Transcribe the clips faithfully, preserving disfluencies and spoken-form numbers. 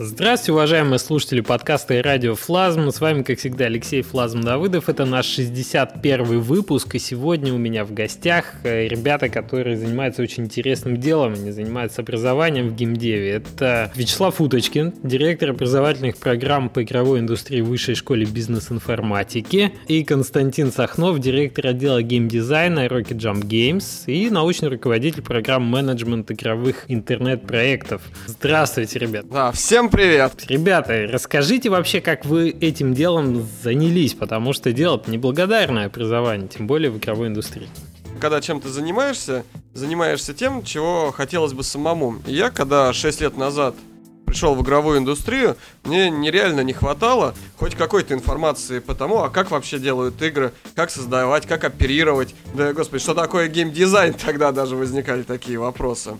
Здравствуйте, уважаемые слушатели подкаста и радио Флазм. С вами, как всегда, Алексей Флазм-Давыдов. Это наш шестьдесят первый выпуск, и сегодня у меня в гостях ребята, которые занимаются очень интересным делом. Они занимаются образованием в геймдеве. Это Вячеслав Уточкин, директор образовательных программ по игровой индустрии в Высшей школе бизнес-информатики, и Константин Сахнов, директор отдела геймдизайна Rocket Jump Games и научный руководитель программ менеджмент игровых интернет-проектов. Здравствуйте, ребят. Да, всем привет! Ребята, расскажите вообще, как вы этим делом занялись, потому что дело-то неблагодарное образование, тем более в игровой индустрии. Когда чем-то занимаешься, занимаешься тем, чего хотелось бы самому. И я, когда шесть лет назад пришел в игровую индустрию, мне нереально не хватало хоть какой-то информации по тому, а как вообще делают игры, как создавать, как оперировать. Да, господи, что такое геймдизайн? Тогда даже возникали такие вопросы.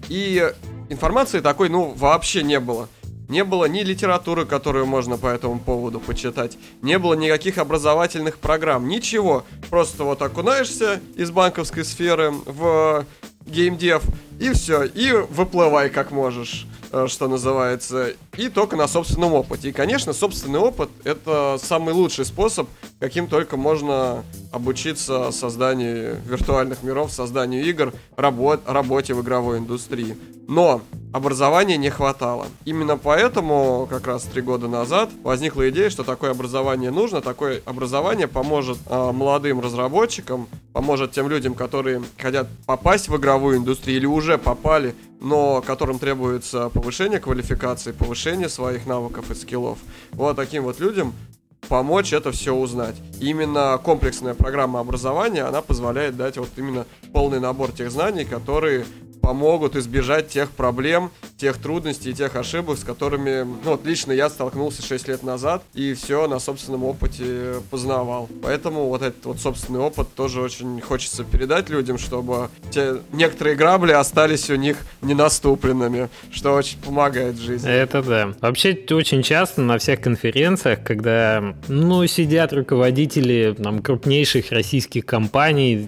И информации такой, ну, вообще не было. Не было ни литературы, которую можно по этому поводу почитать. Не было никаких образовательных программ. Ничего. Просто вот окунаешься из банковской сферы в геймдев, и все. И выплывай как можешь, что называется. И только на собственном опыте. И, конечно, собственный опыт — это самый лучший способ, каким только можно обучиться созданию виртуальных миров, созданию игр, работ, работе в игровой индустрии. Но образования не хватало. Именно поэтому как раз три года назад возникла идея, что такое образование нужно. Такое образование поможет э, молодым разработчикам, поможет тем людям, которые хотят попасть в игровую индустрию или уже попали, но которым требуется повышение квалификации, повышение своих навыков и скиллов. Вот таким вот людям помочь это все узнать. И именно комплексная программа образования, она позволяет дать вот именно полный набор тех знаний, которые помогут избежать тех проблем, тех трудностей и тех ошибок, с которыми, ну, вот лично я столкнулся шесть лет назад и все на собственном опыте познавал. Поэтому вот этот вот собственный опыт тоже очень хочется передать людям, чтобы те некоторые грабли остались у них ненаступленными, что очень помогает в жизни. Это да. Вообще очень часто на всех конференциях, когда, ну, сидят руководители там крупнейших российских компаний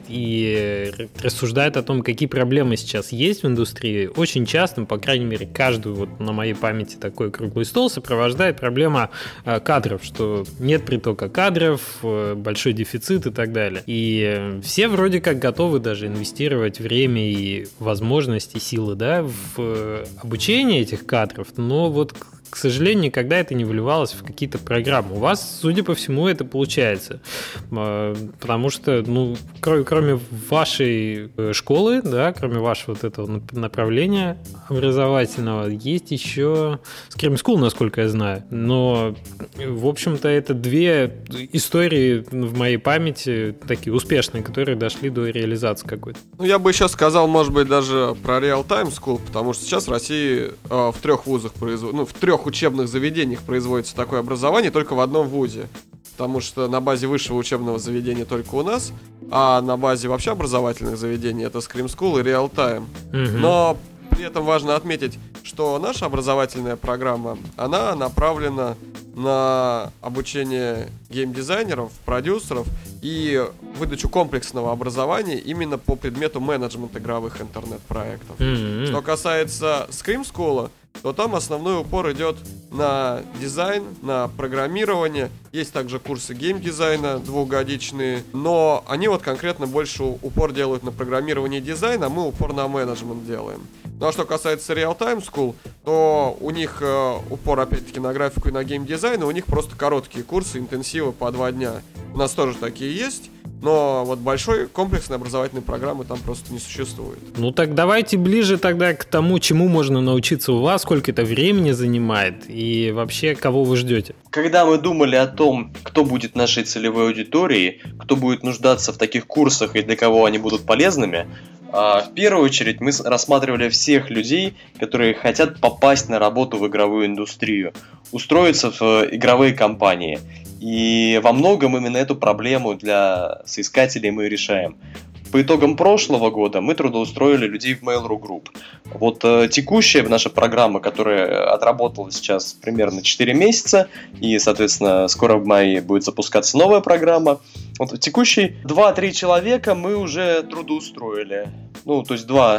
и рассуждают о том, какие проблемы сейчас есть в индустрии, очень часто, по крайней мере, каждую вот на моей памяти такой круглый стол сопровождает проблема э, кадров, что нет притока кадров, э, большой дефицит и так далее. И э, все вроде как готовы даже инвестировать время и возможности, силы, да, в э, обучение этих кадров, но вот к сожалению, никогда это не вливалось в какие-то программы. У вас, судя по всему, это получается. Потому что, ну, кроме, кроме вашей школы, да, кроме вашего вот этого направления образовательного, есть еще Scream School, насколько я знаю. Но, в общем-то, это две истории в моей памяти такие успешные, которые дошли до реализации какой-то. Ну, я бы еще сказал, может быть, даже про Real Time School, потому что сейчас в России э, в трех вузах производят, ну, в трех учебных заведениях производится такое образование, только в одном вузе. Потому что на базе высшего учебного заведения только у нас, а на базе вообще образовательных заведений это Scream School и Real Time. Mm-hmm. Но при этом важно отметить, что наша образовательная программа, она направлена на обучение геймдизайнеров, продюсеров и выдачу комплексного образования именно по предмету менеджмент игровых интернет-проектов. Mm-hmm. Что касается Scream School, то там основной упор идет на дизайн, на программирование. Есть также курсы геймдизайна двухгодичные, но они вот конкретно больше упор делают на программирование и дизайн, а мы упор на менеджмент делаем. Ну а что касается Real Time School, то у них э, упор опять-таки на графику и на геймдизайн, и у них просто короткие курсы, интенсивы по два дня. У нас тоже такие есть. Но вот большой комплексной образовательной программы там просто не существует. Ну так давайте ближе тогда к тому, чему можно научиться у вас, сколько это времени занимает и вообще кого вы ждете. Когда мы думали о том, кто будет нашей целевой аудиторией, кто будет нуждаться в таких курсах и для кого они будут полезными, в первую очередь мы рассматривали всех людей, которые хотят попасть на работу в игровую индустрию, устроиться в игровые компании. И во многом именно эту проблему для соискателей мы решаем. По итогам прошлого года мы трудоустроили людей в Mail.ru Group. Вот э, текущая наша программа, которая отработала сейчас примерно четыре месяца, и, соответственно, скоро в мае будет запускаться новая программа. Вот в текущей два-три человека мы уже трудоустроили. Ну, то есть два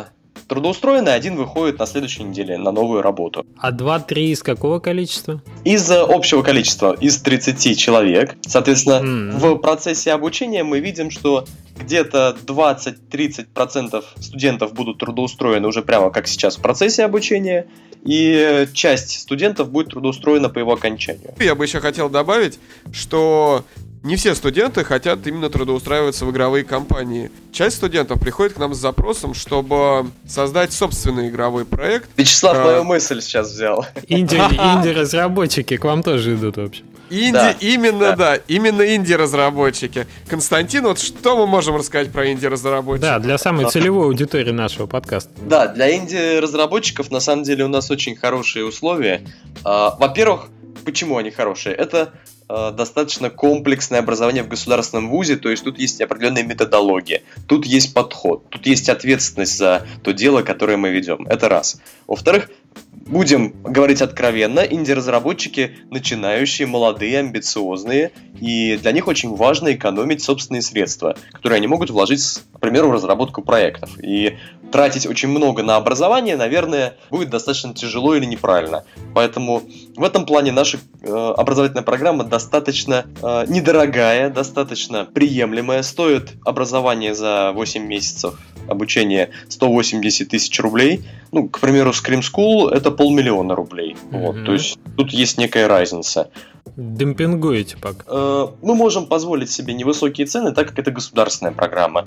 трудоустроены, один выходит на следующей неделе на новую работу. А два-три из какого количества? Из общего количества, из тридцати человек. Соответственно, mm-hmm. в процессе обучения мы видим, что где-то двадцать-тридцать процентов студентов будут трудоустроены уже прямо как сейчас в процессе обучения, и часть студентов будет трудоустроена по его окончанию. Я бы еще хотел добавить, что не все студенты хотят именно трудоустраиваться в игровые компании. Часть студентов приходит к нам с запросом, чтобы создать собственный игровой проект. Вячеслав а... мою мысль сейчас взял. Инди-разработчики к вам тоже идут, в общем. Инди, да. именно, да. да, именно инди-разработчики. Константин, вот что мы можем рассказать про инди-разработчиков? Да, для самой целевой аудитории нашего подкаста. Да, для инди-разработчиков на самом деле у нас очень хорошие условия. Во-первых, почему они хорошие? Это достаточно комплексное образование в государственном вузе, то есть тут есть определенная методология, тут есть подход, тут есть ответственность за то дело, которое мы ведем. Это раз. Во-вторых, будем говорить откровенно, инди-разработчики начинающие, молодые, амбициозные, и для них очень важно экономить собственные средства, которые они могут вложить, к примеру, в разработку проектов. И тратить очень много на образование, наверное, будет достаточно тяжело или неправильно. Поэтому в этом плане наша э, образовательная программа достаточно э, недорогая, достаточно приемлемая. Стоит образование за восемь месяцев обучения сто восемьдесят тысяч рублей. Ну, к примеру, Scream School это полмиллиона рублей. Mm-hmm. Вот, то есть тут есть некая разница. Демпингуете пока. Мы можем позволить себе невысокие цены, так как это государственная программа.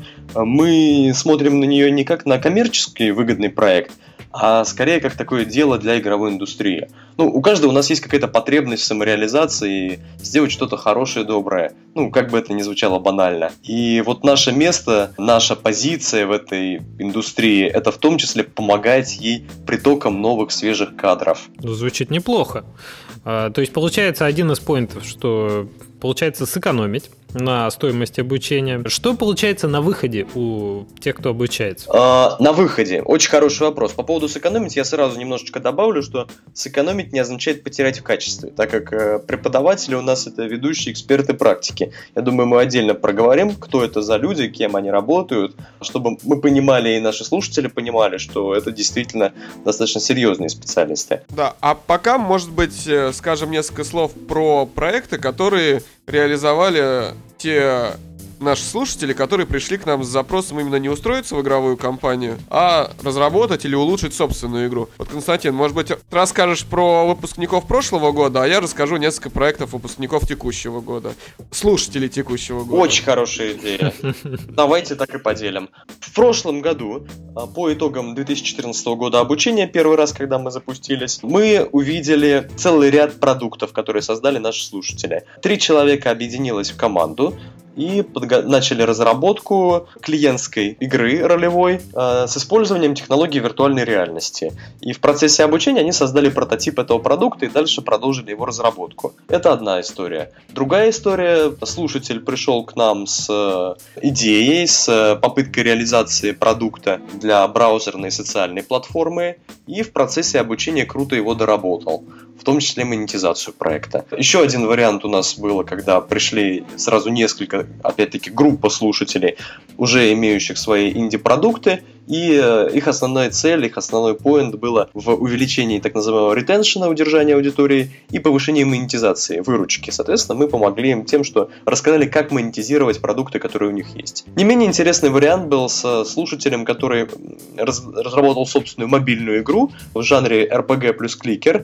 Мы смотрим на нее не как на коммерческий выгодный проект, а скорее как такое дело для игровой индустрии. Ну, у каждого у нас есть какая-то потребность в самореализации, сделать что-то хорошее, доброе. Ну, как бы это ни звучало банально. И вот наше место, наша позиция в этой индустрии, это в том числе помогать ей притоком новых свежих кадров. Ну, звучит неплохо. А, то есть получается один из поинтов, что получается сэкономить на стоимости обучения. Что получается на выходе у тех, кто обучается? А, на выходе. Очень хороший вопрос. По поводу сэкономить я сразу немножечко добавлю, что сэкономить не означает потерять в качестве, так как э, преподаватели у нас это ведущие эксперты практики. Я думаю, мы отдельно проговорим, кто это за люди, кем они работают, чтобы мы понимали и наши слушатели понимали, что это действительно достаточно серьезные специалисты. Да, а пока, может быть, скажем несколько слов про проекты, которые реализовали те наши слушатели, которые пришли к нам с запросом именно не устроиться в игровую компанию, а разработать или улучшить собственную игру. Вот, Константин, может быть, расскажешь про выпускников прошлого года, а я расскажу несколько проектов выпускников текущего года. Слушателей текущего года. Очень хорошая идея. Давайте так и поделим. В прошлом году, по итогам две тысячи четырнадцатого года обучения, первый раз, когда мы запустились, мы увидели целый ряд продуктов, которые создали наши слушатели. Три человека объединилось в команду и подго- начали разработку клиентской игры ролевой э, с использованием технологий виртуальной реальности. И в процессе обучения они создали прототип этого продукта и дальше продолжили его разработку. Это одна история. Другая история. Слушатель пришел к нам с идеей, с попыткой реализации продукта для браузерной социальной платформы и в процессе обучения круто его доработал, в том числе монетизацию проекта. Еще один вариант у нас было, когда пришли сразу несколько, опять-таки, группа слушателей, уже имеющих свои инди-продукты, и их основная цель, их основной поинт было в увеличении так называемого ретеншена, удержания аудитории, и повышении монетизации, выручки. Соответственно, мы помогли им тем, что рассказали, как монетизировать продукты, которые у них есть. Не менее интересный вариант был с слушателем, который раз- разработал собственную мобильную игру в жанре эр пи джи плюс кликер,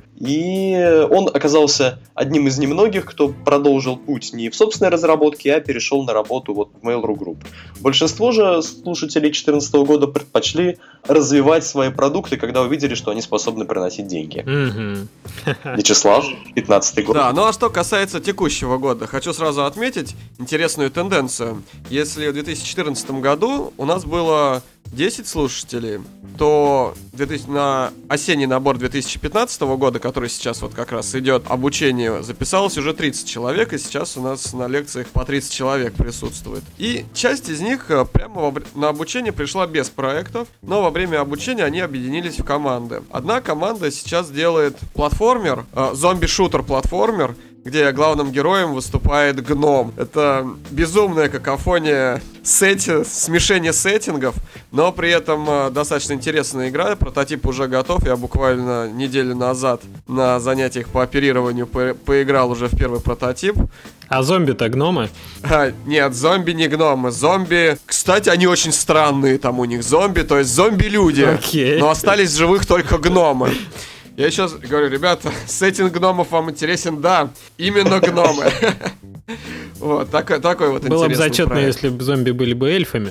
и он оказался одним из немногих, кто продолжил путь не в собственной разработке, а перешел на работу вот в Mail.ru Group. Большинство же слушателей две тысячи четырнадцатого года предпочли развивать свои продукты, когда увидели, что они способны приносить деньги. Mm-hmm. Вячеслав, пятнадцатый год. Да, ну а что касается текущего года, хочу сразу отметить интересную тенденцию. Если в две тысячи четырнадцатом году у нас было десять слушателей, то на осенний набор две тысячи пятнадцатого года, который сейчас вот как раз идет обучение, записалось уже тридцать человек, и сейчас у нас на лекциях по тридцать человек присутствует. И часть из них прямо на обучение пришла без проектов, но во время обучения они объединились в команды. Одна команда сейчас делает платформер, зомби-шутер-платформер, где главным героем выступает гном. Это безумная какофония сетти... смешение сеттингов, но при этом э, достаточно интересная игра. Прототип уже готов. Я буквально неделю назад на занятиях по оперированию по... поиграл уже в первый прототип. А зомби-то гномы? А, нет, зомби не гномы. Зомби, кстати, они очень странные там у них. Зомби, то есть зомби-люди. Окей. Но остались живых только гномы. Я сейчас говорю, ребята, сеттинг гномов вам интересен? Да, именно гномы. Вот, такой, такой вот интересный Было бы зачетно, проект. если бы зомби были бы эльфами.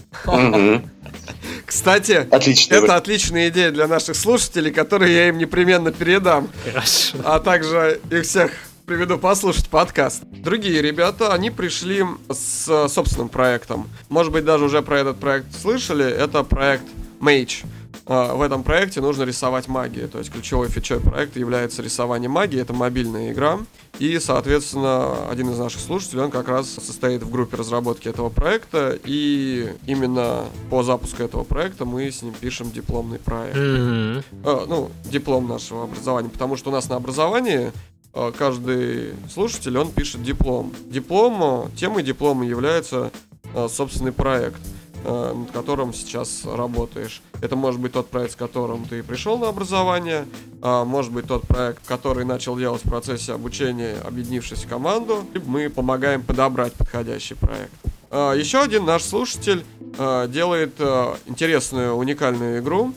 Кстати, Отличный это вариант. отличная идея для наших слушателей, которые я им непременно передам. Хорошо. А также их всех приведу послушать подкаст. Другие ребята, они пришли с собственным проектом. Может быть, даже уже про этот проект слышали. Это проект Mage. В этом проекте нужно рисовать магию. То есть ключевой фичой проекта является рисование магии. Это мобильная игра. И, соответственно, один из наших слушателей, он как раз состоит в группе разработки этого проекта. И именно по запуску этого проекта мы с ним пишем дипломный проект. Мгм. А, ну, диплом нашего образования. Потому что у нас на образовании а, каждый слушатель, он пишет диплом. Диплом, темой диплома является а, собственный проект, а, над которым сейчас работаешь. Это может быть тот проект, с которым ты пришел на образование, а может быть тот проект, который начал делать в процессе обучения, объединившись в команду. И мы помогаем подобрать подходящий проект. А, еще один наш слушатель а, делает а, интересную, уникальную игру.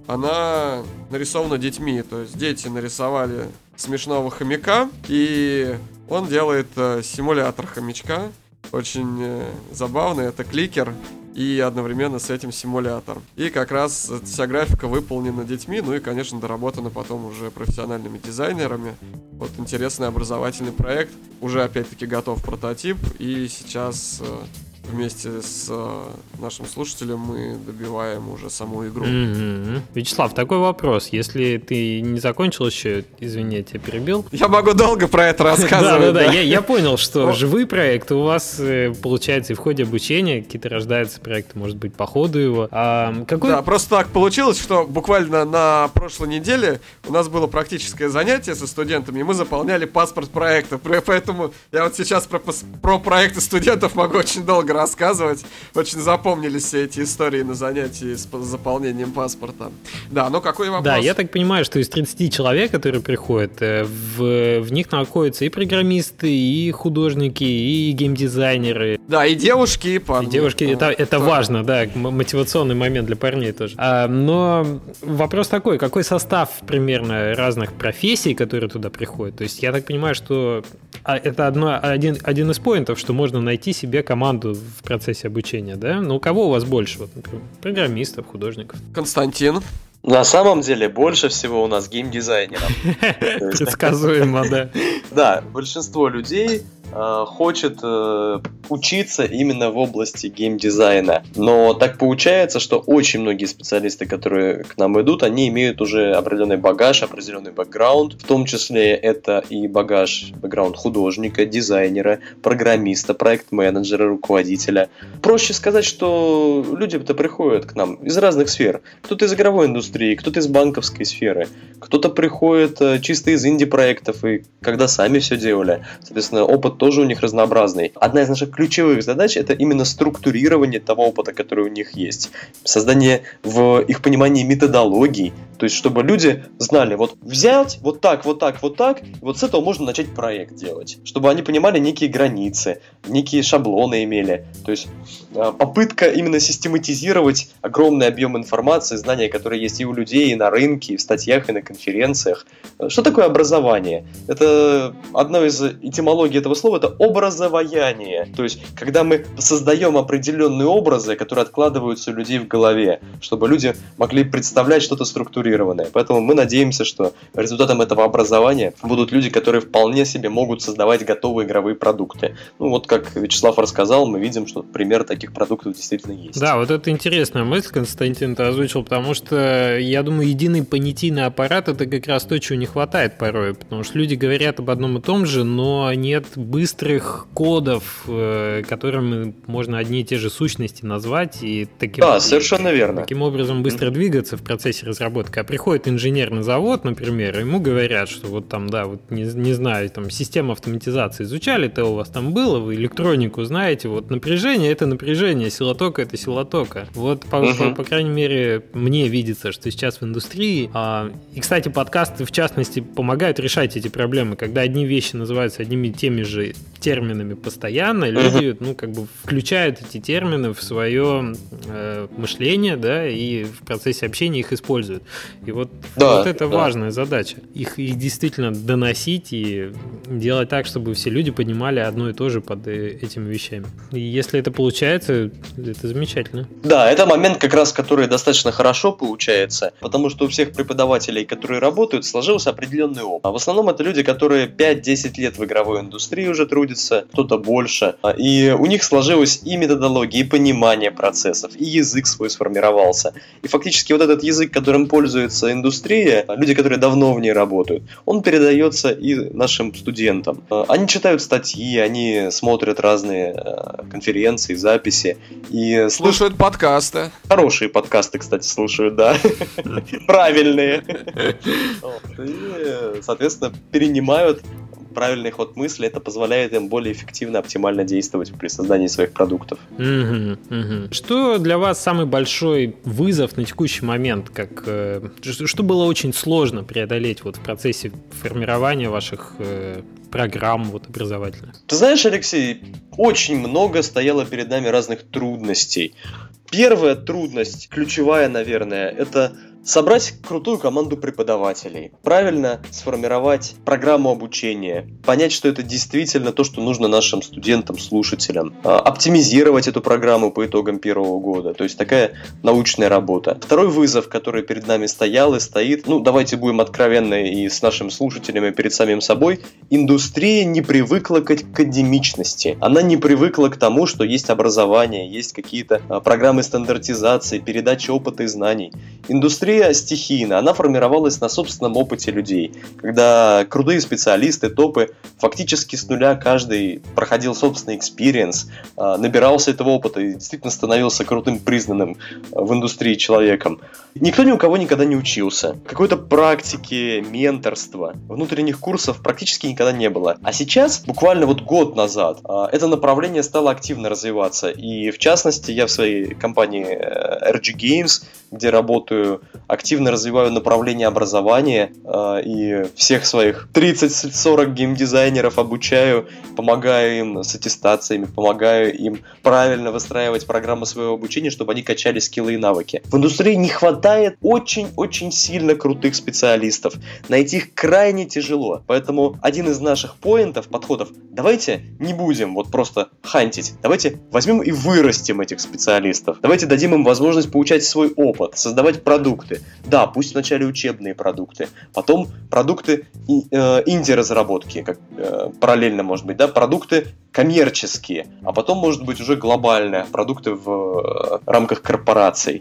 Она нарисована детьми, то есть дети нарисовали смешного хомяка, и он делает а, симулятор хомячка. Очень э, забавный, это кликер и одновременно с этим симулятор. И как раз вся графика выполнена детьми, ну и, конечно, доработана потом уже профессиональными дизайнерами. Вот интересный образовательный проект. Уже, опять-таки, готов прототип, и сейчас э, вместе с э, нашим слушателем мы добиваем уже саму игру. Мгм. Вячеслав, такой вопрос. Если ты не закончил еще, извини, я тебя перебил. Я могу долго про это Да, рассказывать. да, да. Я, я понял, что О. живые проекты у вас, э, получается, и в ходе обучения какие-то рождаются проекты, может быть, по ходу его. А какой... Да, просто так получилось, что буквально на прошлой неделе у нас было практическое занятие со студентами, и мы заполняли паспорт проекта. Про- Поэтому я вот сейчас про, пас- про проекты студентов могу очень долго рассказывать. Очень запомнились все эти истории на занятии с п- заполнением паспорта. Да, ну какой вопрос? Да, я так понимаю, что из тридцати человек, которые приходят, э, в, в них находятся и программисты, и художники, и геймдизайнеры. Да, и девушки, и парни. И девушки, Ну, это, это да. важно, да, м- мотивационный момент для парней тоже. А, но вопрос такой, какой состав примерно разных профессий, которые туда приходят? То есть я так понимаю, что а, это одно, один, один из поинтов, что можно найти себе команду в процессе обучения, да? Но у кого у вас больше? Вот, например, программистов, художников? Константин. На самом деле больше всего у нас геймдизайнеров. То есть, Предсказуемо, да. Да, большинство людей э, хочет э, учиться именно в области геймдизайна. Но так получается, что очень многие специалисты, которые к нам идут, они имеют уже определенный багаж, определенный бэкграунд. В том числе это и багаж, бэкграунд художника, дизайнера, программиста, проект-менеджера, руководителя. Проще сказать, что люди-то приходят к нам из разных сфер. Кто-то из игровой индустрии, кто-то из банковской сферы, кто-то приходит э, чисто из инди-проектов, и когда сами все делали. Соответственно, опыт тоже у них разнообразный. Одна из наших ключевых задач — это именно структурирование того опыта, который у них есть. Создание в их понимании методологий. То есть, чтобы люди знали, вот взять вот так, вот так, вот так, и вот с этого можно начать проект делать. Чтобы они понимали некие границы, некие шаблоны имели. То есть, э, попытка именно систематизировать огромный объем информации, знания, которые есть и у людей, и на рынке, и в статьях, и на конференциях. Что такое образование? Это одно из этимологий этого слова — это образование. То есть, когда мы создаем определенные образы, которые откладываются у людей в голове, чтобы люди могли представлять что-то структурированное. Поэтому мы надеемся, что результатом этого образования будут люди, которые вполне себе могут создавать готовые игровые продукты. Ну вот, как Вячеслав рассказал, мы видим, что примеры таких продуктов действительно есть. Да, вот это интересная мысль, Константин, ты озвучил, потому что, я думаю, единый понятийный аппарат — это как раз то, чего не хватает порой, потому что люди говорят об одном и том же, но нет быстрых кодов, э, которыми можно одни и те же сущности назвать, и таким, Да, совершенно верно. таким образом быстро двигаться в процессе разработки. Когда приходит инженер на завод, например, ему говорят, что вот там, да, вот не, не знаю, там система автоматизации изучали, то у вас там было, вы электронику знаете, вот напряжение — это напряжение, сила тока — это сила тока. Вот, по, uh-huh. по, по крайней мере, мне видится, что сейчас в индустрии, а, и, кстати, подкасты, в частности, помогают решать эти проблемы, когда одни вещи называются одними и теми же терминами постоянно, люди, uh-huh. ну, как бы включают эти термины в свое э, мышление, да, и в процессе общения их используют. И вот, да, вот это да. важная задача. Их, их действительно доносить и делать так, чтобы все люди понимали одно и то же под этими вещами. И если это получается, это замечательно. Да, это момент как раз, который достаточно хорошо получается, потому что у всех преподавателей, которые работают, сложился определенный опыт. А в основном это люди, которые пять-десять лет в игровой индустрии уже трудятся, кто-то больше. И у них сложилась и методология, и понимание процессов, и язык свой сформировался. И фактически вот этот язык, которым пользуется индустрия, люди, которые давно в ней работают, он передается и нашим студентам. Они читают статьи, они смотрят разные конференции, записи и слушают подкасты. Хорошие подкасты, кстати, слушают, да. Правильные. И, соответственно, перенимают правильный ход мысли, это позволяет им более эффективно, оптимально действовать при создании своих продуктов. Угу, угу. Что для вас самый большой вызов на текущий момент? Как, э, что было очень сложно преодолеть вот в процессе формирования ваших э, программ вот, образовательных? Ты знаешь, Алексей, очень много стояло перед нами разных трудностей. Первая трудность, ключевая, наверное, это собрать крутую команду преподавателей, правильно сформировать программу обучения, понять, что это действительно то, что нужно нашим студентам, слушателям, оптимизировать эту программу по итогам первого года, то есть такая научная работа. Второй вызов, который перед нами стоял и стоит, ну давайте будем откровенны и с нашими слушателями перед самим собой, индустрия не привыкла к академичности, она не привыкла к тому, что есть образование, есть какие-то программы стандартизации, передачи опыта и знаний. Индустрия стихийно, она формировалась на собственном опыте людей, когда крутые специалисты, топы, фактически с нуля каждый проходил собственный экспириенс, набирался этого опыта и действительно становился крутым, признанным в индустрии человеком. Никто ни у кого никогда не учился. Какой-то практики, менторства, внутренних курсов практически никогда не было. А сейчас, буквально вот год назад, это направление стало активно развиваться. И в частности, я в своей компании эр джи Games, где работаю, активно развиваю направление образования э, и всех своих тридцать-сорок геймдизайнеров обучаю, помогаю им с аттестациями, помогаю им правильно выстраивать программы своего обучения, чтобы они качали скиллы и навыки. В индустрии не хватает очень-очень сильно крутых специалистов. Найти их крайне тяжело. Поэтому один из наших поинтов, подходов, давайте не будем вот просто хантить, давайте возьмем и вырастим этих специалистов. Давайте дадим им возможность получать свой опыт, создавать продукты. Да, пусть вначале учебные продукты, потом продукты э, инди-разработки, как э, параллельно может быть, да, продукты коммерческие, а потом может быть уже глобальные продукты в э, рамках корпораций.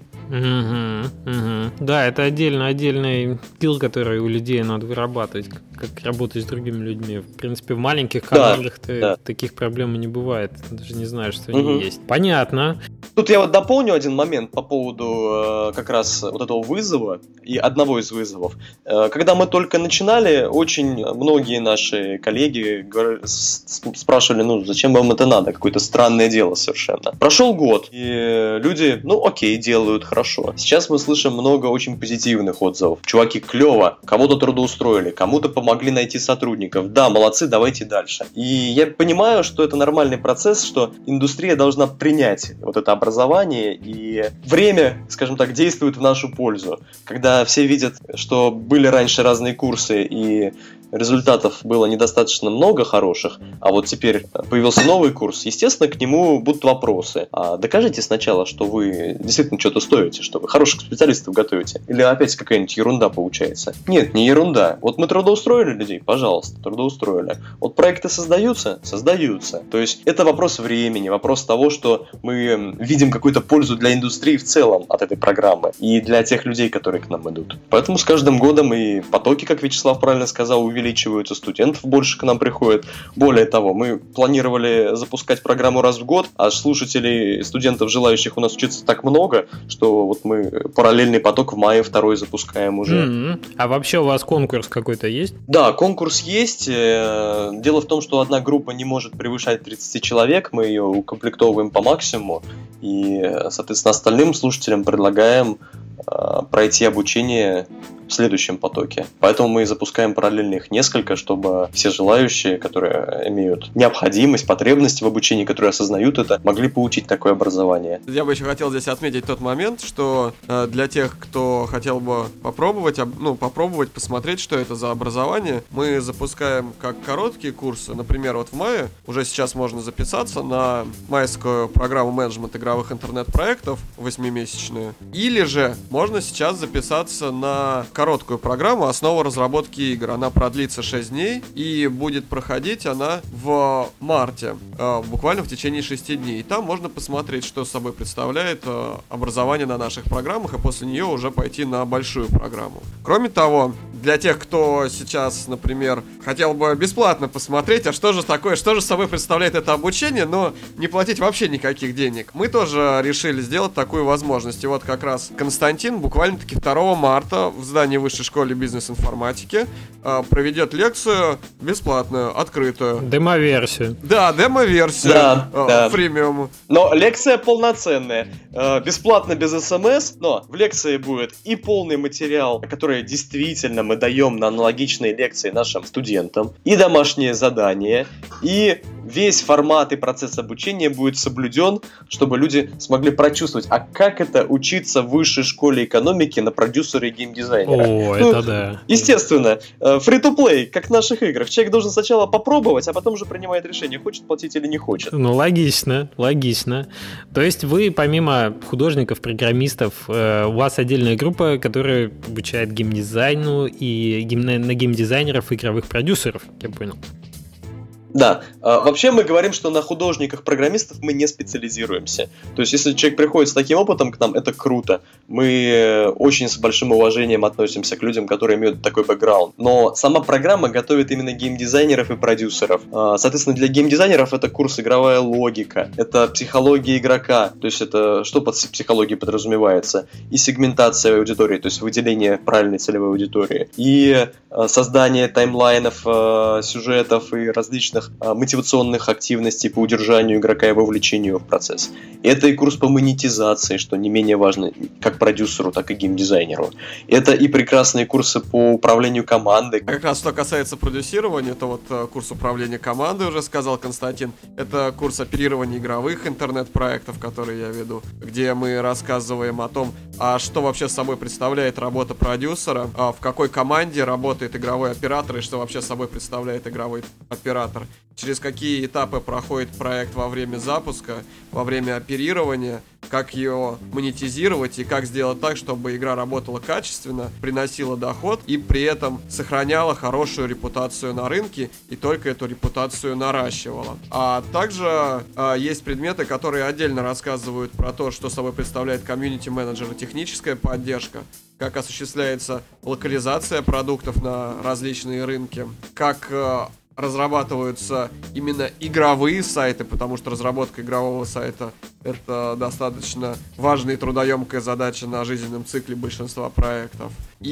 Угу, угу. Да, это отдельно отдельный скилл, который у людей надо вырабатывать, как, как работать с другими людьми. В принципе, в маленьких командах да, да. таких проблем и не бывает. Даже не знаю, что угу. они есть. Понятно. Тут я вот дополню один момент по поводу э, как раз вот этого вызова и одного из вызовов. Э, когда мы только начинали, очень многие наши коллеги говорили, спрашивали, ну зачем вам это надо, какое-то странное дело совершенно. Прошел год, и люди, ну окей, делают хорошо. Сейчас мы слышим много очень позитивных отзывов. Чуваки, клево, кого-то трудоустроили, кому-то помогли найти сотрудников. Да, молодцы, давайте дальше. И я понимаю, что это нормальный процесс, что индустрия должна принять вот это образование, и время, скажем так, действует в нашу пользу. Когда все видят, что были раньше разные курсы, и результатов было недостаточно много хороших, а вот теперь появился новый курс, естественно, к нему будут вопросы. А докажите сначала, что вы действительно что-то стоите, что вы хороших специалистов готовите. Или опять какая-нибудь ерунда получается. Нет, не ерунда. Вот мы трудоустроили людей, пожалуйста, трудоустроили. Вот проекты создаются? Создаются. То есть это вопрос времени, вопрос того, что мы видим какую-то пользу для индустрии в целом от этой программы и для тех людей, которые к нам идут. Поэтому с каждым годом и потоки, как Вячеслав правильно сказал, увеличиваются, студентов больше к нам приходит. Более того, мы планировали запускать программу раз в год, а слушателей, студентов, желающих у нас учиться так много, что вот мы параллельный поток в мае второй запускаем уже. Mm-hmm. А вообще у вас конкурс какой-то есть? Да, конкурс есть. Дело в том, что одна группа не может превышать тридцать человек, мы ее укомплектовываем по максимуму, и, соответственно, остальным слушателям предлагаем пройти обучение в следующем потоке. Поэтому мы запускаем параллельно их несколько, чтобы все желающие, которые имеют необходимость, потребность в обучении, которые осознают это, могли получить такое образование. Я бы еще хотел здесь отметить тот момент, что э, для тех, кто хотел бы попробовать, об, ну, попробовать посмотреть, что это за образование, мы запускаем как короткие курсы. Например, вот в мае уже сейчас можно записаться на майскую программу менеджмент игровых интернет-проектов восьмимесячную. Или же можно сейчас записаться на короткую программу «Основа разработки игр». Она продлится шесть дней и будет проходить она в марте, э, буквально в течение шести дней. И там можно посмотреть, что собой представляет э, образование на наших программах, и после нее уже пойти на большую программу. Кроме того, для тех, кто сейчас, например, хотел бы бесплатно посмотреть, а что же такое, что же собой представляет это обучение, но не платить вообще никаких денег, мы тоже решили сделать такую возможность. И вот как раз Константин буквально-таки второго марта в здании Высшей школы бизнес-информатики э, проведет лекцию бесплатную, открытую. Демо-версию. Да, демо-версию. Да, э, да. Премиум. Но лекция полноценная. Э, бесплатно, без смс, но в лекции будет и полный материал, который действительно мы даем на аналогичные лекции нашим студентам, и домашние задания, и весь формат и процесс обучения будет соблюден, чтобы люди смогли прочувствовать, а как это учиться в высшей школе экономики на продюсера и геймдизайнера. О, ну, это да. Естественно, free-to-play, как в наших играх. Человек должен сначала попробовать, а потом уже принимает решение, хочет платить или не хочет. Ну, логично, логично. То есть вы, помимо художников, программистов, э, у вас отдельная группа, которая обучает геймдизайну и гейм... на геймдизайнеров и игровых продюсеров, я понял. Да, а, вообще мы говорим, что на художниках-программистов мы не специализируемся. То есть, если человек приходит с таким опытом к нам, это круто. Мы очень с большим уважением относимся к людям, которые имеют такой бэкграунд. Но сама программа готовит именно геймдизайнеров и продюсеров. А, соответственно, для геймдизайнеров это курс «Игровая логика», это психология игрока, то есть это что под психологией подразумевается, и сегментация аудитории, то есть выделение правильной целевой аудитории, и а, создание таймлайнов, а, сюжетов и различных мотивационных активностей по удержанию игрока и вовлечению в процесс. Это и курс по монетизации, что не менее важно как продюсеру, так и геймдизайнеру. Это и прекрасные курсы по управлению командой. А как раз что касается продюсирования, то вот курс управления командой уже сказал Константин. Это курс оперирования игровых интернет-проектов, которые я веду, где мы рассказываем о том, а что вообще собой представляет работа продюсера, а в какой команде работает игровой оператор и что вообще собой представляет игровой оператор. Через какие этапы проходит проект во время запуска, во время оперирования, как его монетизировать и как сделать так, чтобы игра работала качественно, приносила доход и при этом сохраняла хорошую репутацию на рынке и только эту репутацию наращивала. А также а, есть предметы, которые отдельно рассказывают про то, что собой представляет комьюнити-менеджер и техническая поддержка, как осуществляется локализация продуктов на различные рынки, как а, разрабатываются именно игровые сайты, потому что разработка игрового сайта — это достаточно важная и трудоемкая задача на жизненном цикле большинства проектов.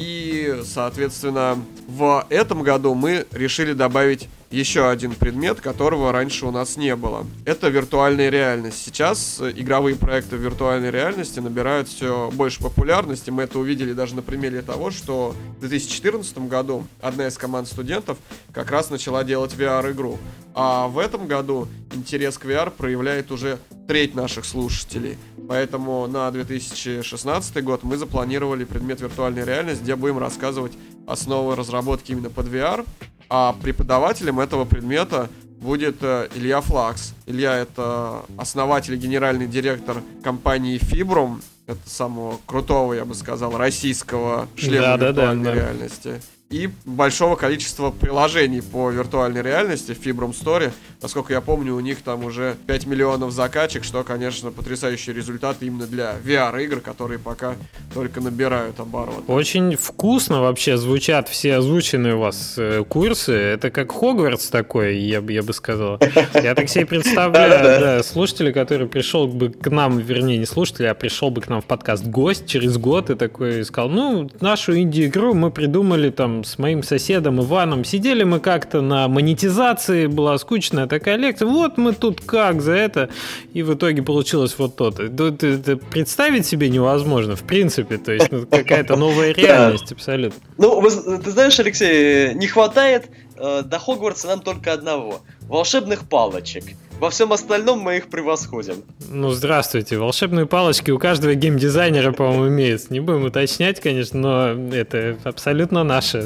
И, соответственно, в этом году мы решили добавить еще один предмет, которого раньше у нас не было. Это виртуальная реальность. Сейчас игровые проекты в виртуальной реальности набирают все больше популярности. Мы это увидели даже на примере того, что в две тысячи четырнадцатом году одна из команд студентов как раз начала делать ви ар-игру. А в этом году интерес к ви ар проявляет уже треть наших слушателей. Поэтому на две тысячи шестнадцатый год мы запланировали предмет виртуальной реальности, где будем рассказывать основы разработки именно под ви ар. А преподавателем этого предмета будет Илья Флакс. Илья — это основатель и генеральный директор компании Fibrum. Это самого крутого, я бы сказал, российского шлема да, виртуальной да, да, реальности. и большого количества приложений по виртуальной реальности в Fibrum Store. Насколько я помню, у них там уже пять миллионов закачек, что, конечно, потрясающий результат именно для ви ар-игр, которые пока только набирают оборот. Очень вкусно вообще звучат все озвученные у вас э, курсы. Это как Хогвартс такой, я, я бы сказал. Я так себе представляю, да, слушателя, который пришел бы к нам, вернее, не слушателя, а пришел бы к нам в подкаст гость через год и такой сказал, ну, нашу инди-игру мы придумали там с моим соседом Иваном. Сидели мы как-то на монетизации, была скучная такая лекция. Вот мы тут как за это. И в итоге получилось вот то-то. Это, это представить себе невозможно, в принципе. То есть ну, какая-то новая реальность абсолютно. Ну, вы, ты знаешь, Алексей, не хватает э, до Хогвартса нам только одного. Волшебных палочек. Во всем остальном мы их превосходим. Ну, здравствуйте. Волшебные палочки у каждого геймдизайнера, по-моему, имеются. Не будем уточнять, конечно, но это абсолютно наше.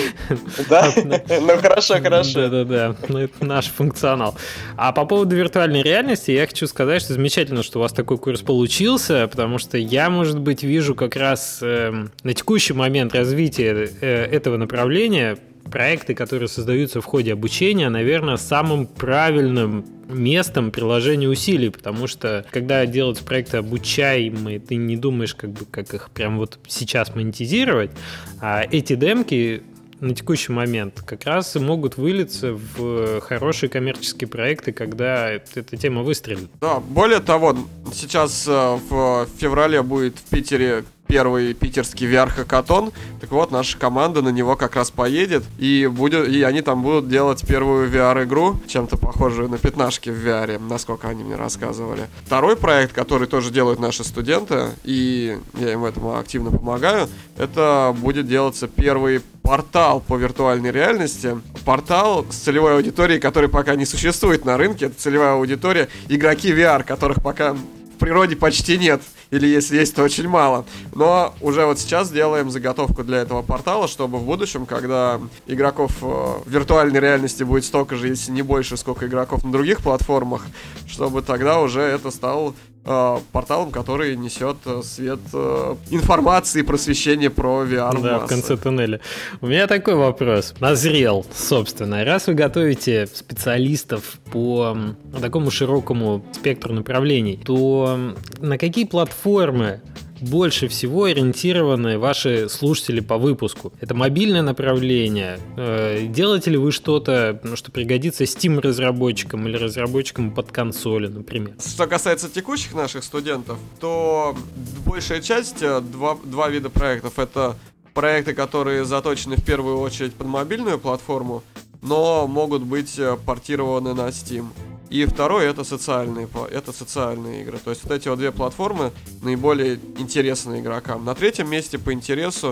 Да? Ну, хорошо, хорошо. Да-да-да. Ну, это наш функционал. А по поводу виртуальной реальности я хочу сказать, что замечательно, что у вас такой курс получился, потому что я, может быть, вижу как раз э, на текущий момент развития э, этого направления проекты, которые создаются в ходе обучения, наверное, самым правильным местом приложения усилий, потому что когда делаются проекты обучаемые, ты не думаешь, как бы, как их прям вот сейчас монетизировать, а эти демки на текущий момент как раз и могут вылиться в хорошие коммерческие проекты, когда эта тема выстрелит. Да, более того, сейчас в феврале будет в Питере первый питерский ви ар-хакатон. Так вот, наша команда на него как раз поедет, и, будет, и они там будут делать первую ви ар-игру, чем-то похожую на пятнашки в ви ар, насколько они мне рассказывали. Второй проект, который тоже делают наши студенты, и я им в этом активно помогаю, это будет делаться первый портал по виртуальной реальности. Портал с целевой аудиторией, который пока не существует на рынке. Это целевая аудитория игроки ви ар, которых пока в природе почти нет. Или если есть, то очень мало. Но уже вот сейчас делаем заготовку для этого портала, чтобы в будущем, когда игроков в виртуальной реальности будет столько же, если не больше, сколько игроков на других платформах, чтобы тогда уже это стал э, порталом, который несет свет э, информации и просвещения про ви ар. Да, в конце туннеля. У меня такой вопрос. Назрел, собственно. Раз вы готовите специалистов по такому широкому спектру направлений, то на какие платформы Формы больше всего ориентированы ваши слушатели по выпуску? Это мобильное направление? Делаете ли вы что-то, что пригодится Steam-разработчикам или разработчикам под консоли, например? Что касается текущих наших студентов, то большая часть, два, два вида проектов, это проекты, которые заточены в первую очередь под мобильную платформу, но могут быть портированы на Steam. И второй это социальные, это социальные игры. То есть вот эти вот две платформы наиболее интересны игрокам. На третьем месте по интересу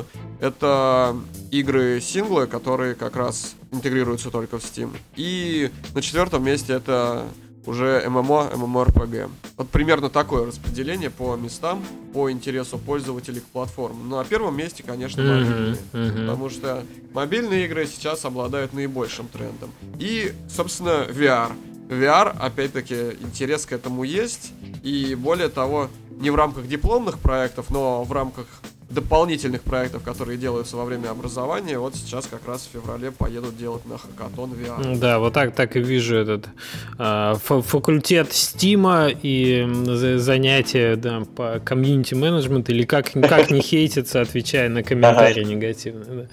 это игры синглы, которые как раз интегрируются только в Steam. И на четвертом месте это уже эм эм о, эм эм о эр пи джи. Вот примерно такое распределение по местам, по интересу пользователей к платформам. Ну, на первом месте, конечно, мобильные. Mm-hmm. Mm-hmm. Потому что мобильные игры сейчас обладают наибольшим трендом. И, собственно, ви ар. ви ар, опять-таки, интерес к этому есть. И более того, не в рамках дипломных проектов, но в рамках дополнительных проектов, которые делаются во время образования, вот сейчас как раз в феврале поедут делать на хакатон ви ар. Да, вот так, так и вижу этот э, факультет Стима и занятия да, по комьюнити-менеджменту, или как, как не хейтиться, отвечая на комментарии негативные.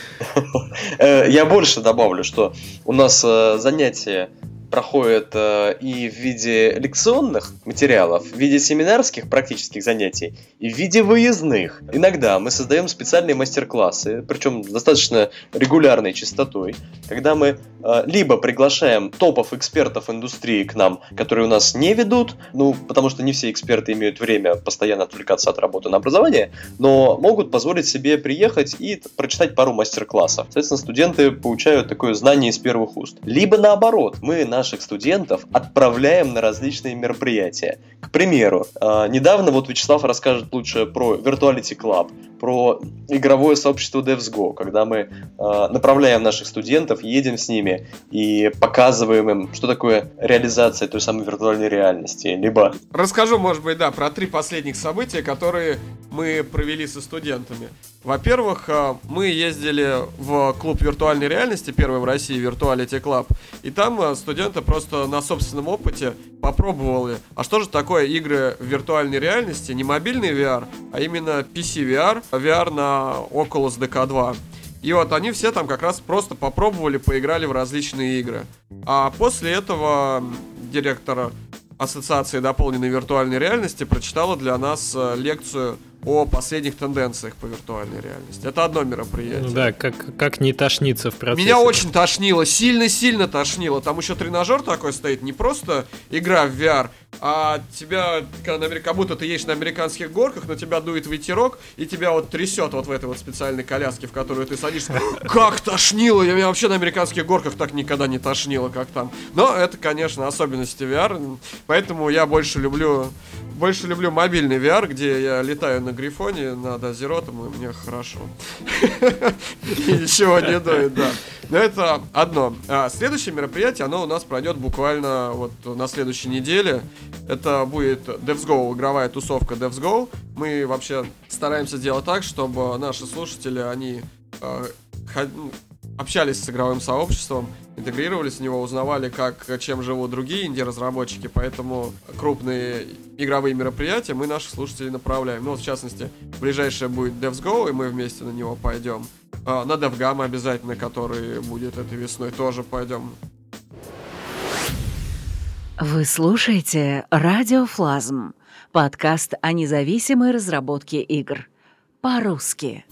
Я больше добавлю, что у нас занятия проходят э, и в виде лекционных материалов, в виде семинарских практических занятий, и в виде выездных. Иногда мы создаем специальные мастер-классы, причем с достаточно регулярной частотой, когда мы э, либо приглашаем топов экспертов индустрии к нам, которые у нас не ведут, ну, потому что не все эксперты имеют время постоянно отвлекаться от работы на образование, но могут позволить себе приехать и прочитать пару мастер-классов. Соответственно, студенты получают такое знание из первых уст. Либо наоборот, мы на наших студентов отправляем на различные мероприятия. К примеру, недавно вот Вячеслав расскажет лучше про Virtuality Club. про игровое сообщество DevsGo, когда мы э, направляем наших студентов, едем с ними и показываем им, что такое реализация той самой виртуальной реальности. Либо... Расскажу, может быть, да, про три последних события, которые мы провели со студентами. Во-первых, мы ездили в клуб виртуальной реальности, первый в России, Virtuality Club, и там студенты просто на собственном опыте попробовали, а что же такое игры в виртуальной реальности, не мобильный ви ар, а именно пи си ви ар, ви ар на Oculus ди кей два. И вот они все там как раз просто попробовали, поиграли в различные игры. А после этого директор Ассоциации дополненной виртуальной реальности прочитала для нас лекцию о последних тенденциях по виртуальной реальности. Это одно мероприятие. Ну да, как, как не тошниться в процессе. Меня очень тошнило, сильно-сильно тошнило. Там еще тренажер такой стоит, не просто игра в ви ар, а тебя, как будто ты едешь на американских горках, на тебя дует ветерок, и тебя вот трясет вот в этой вот специальной коляске, в которую ты садишься. Как тошнило! Я меня вообще на американских горках так никогда не тошнило, как там. Но это, конечно, особенности ви ар, поэтому я больше люблю... Больше люблю мобильный ви ар, где я летаю на Грифоне над Азеротом, и мне хорошо. И ничего не дует, да. Но это одно. А следующее мероприятие, оно у нас пройдет буквально вот на следующей неделе. Это будет DevsGo, игровая тусовка DevsGo. Мы вообще стараемся делать так, чтобы наши слушатели, они э, общались с игровым сообществом, интегрировались в него, узнавали, как, чем живут другие инди-разработчики, поэтому крупные игровые мероприятия мы наших слушателей направляем. Ну, вот, в частности, ближайшее будет DevsGo, и мы вместе на него пойдем. А, на DevGam обязательно, который будет этой весной, тоже пойдем. Вы слушаете Радио Флазм, подкаст о независимой разработке игр. По-русски.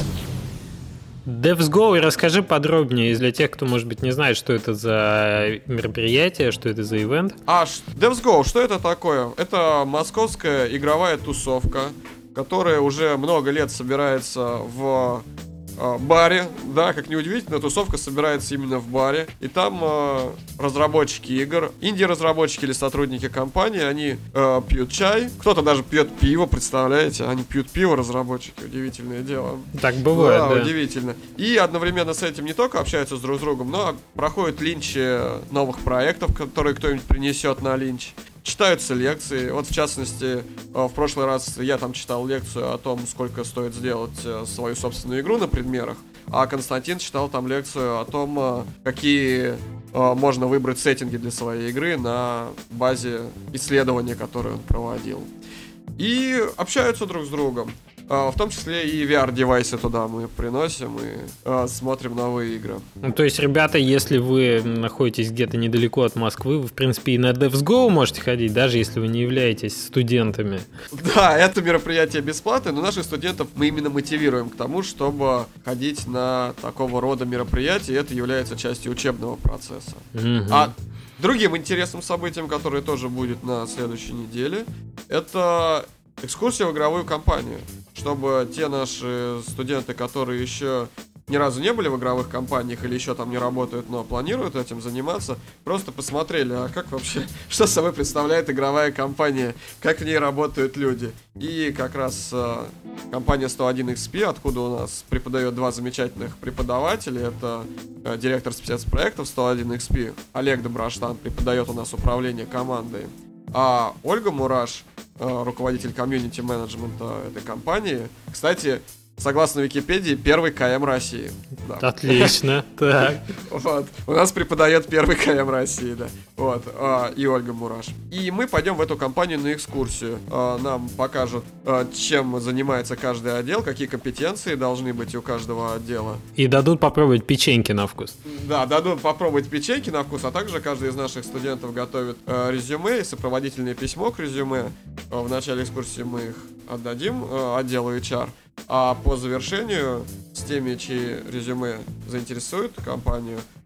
DevsGo, и расскажи подробнее для тех, кто, может быть, не знает, что это за мероприятие, что это за ивент. А, DevsGo, что это такое? Это московская игровая тусовка, которая уже много лет собирается в э, баре. Да, как ни удивительно, тусовка собирается именно в баре. И там э, разработчики игр, инди-разработчики или сотрудники компании, они э, пьют чай. Кто-то даже пьет пиво, представляете? Они пьют пиво, разработчики. Удивительное дело. Так бывает, да. Да, удивительно. И одновременно с этим не только общаются с друг с другом, но проходят линчи новых проектов, которые кто-нибудь принесет на линч. Читаются лекции. Вот, в частности, в прошлый раз я там читал лекцию о том, сколько стоит сделать свою собственную игру на предмерах, а Константин читал там лекцию о том, какие можно выбрать сеттинги для своей игры на базе исследования, которое он проводил. И общаются друг с другом. В том числе и ви ар-девайсы туда мы приносим и э, смотрим новые игры. Ну, то есть, ребята, если вы находитесь где-то недалеко от Москвы, вы, в принципе, и на DevsGo можете ходить, даже если вы не являетесь студентами. Да, это мероприятие бесплатное, но наших студентов мы именно мотивируем к тому, чтобы ходить на такого рода мероприятия, и это является частью учебного процесса. Угу. А другим интересным событием, которое тоже будет на следующей неделе, это экскурсия в игровую компанию, чтобы те наши студенты, которые еще ни разу не были в игровых компаниях или еще там не работают, но планируют этим заниматься, просто посмотрели, а как вообще, что собой представляет игровая компания, как в ней работают люди. И как раз э, компания сто один икс пи, откуда у нас преподает два замечательных преподавателя, это э, директор спецпроектов сто один икс пи Олег Доброштан, преподает у нас управление командой, а Ольга Мураш, руководитель комьюнити-менеджмента этой компании. Кстати, согласно Википедии, первый КМ России. Да. Отлично, так. Вот. У нас преподает первый КМ России, да. Вот. И Ольга Мураш. И мы пойдем в эту компанию на экскурсию. Нам покажут, чем занимается каждый отдел, какие компетенции должны быть у каждого отдела. И дадут попробовать печеньки на вкус. Да, дадут попробовать печеньки на вкус, а также каждый из наших студентов готовит резюме и сопроводительное письмо к резюме. В начале экскурсии мы их отдадим отделу эйч ар. А по завершению с теми, чьи резюме заинтересуют компанию,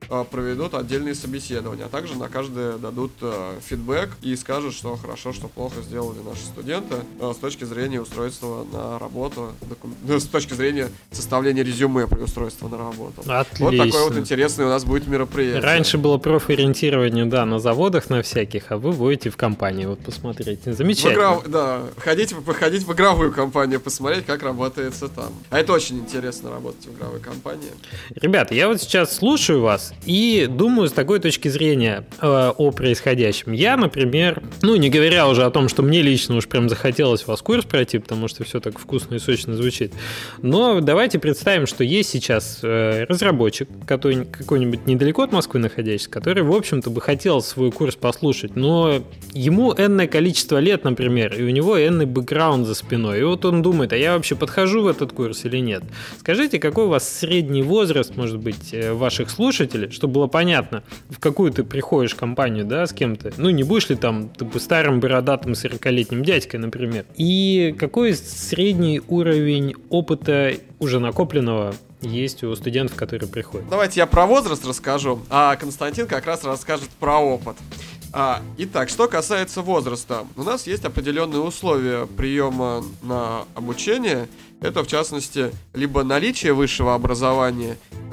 э, проведут отдельные собеседования, а также на каждое дадут э, фидбэк и скажут, что хорошо, что плохо сделали наши студенты э, с точки зрения устройства на работу, докум... ну, с точки зрения составления резюме при устройстве на работу. Отлично. Вот такое вот интересное у нас будет мероприятие. Раньше было профориентирование, да, на заводах на всяких, а вы вводите в компании, вот посмотрите. Замечательно. Играв... Да, ходить, походить в игровую компанию, посмотреть, как работается там. А это очень интересно, работать в игровой компании. Ребята, я вот сейчас слушаю вас и думаю с такой точки зрения э, о происходящем. Я, например, ну, не говоря уже о том, что мне лично уж прям захотелось у вас курс пройти, потому что все так вкусно и сочно звучит, но давайте представим, что есть сейчас э, разработчик, который, какой-нибудь недалеко от Москвы находящийся, который, в общем-то, бы хотел свой курс послушать, но ему энное количество лет, например, и у него энный бэкграунд за спиной, и вот он думает, а я вообще подхожу в этот курс или нет? Скажите, какой у вас средний возраст, может быть, ваших слушателей, чтобы было понятно, в какую ты приходишь компанию, да, с кем-то. Ну, не будешь ли там ты бы старым бородатым сорокалетним дядькой, например. И какой средний уровень опыта уже накопленного есть у студентов, которые приходят? Давайте я про возраст расскажу, а Константин как раз расскажет про опыт. А, итак, что касается возраста, у нас есть определенные условия приема на обучение. Это, в частности, либо наличие высшего образования,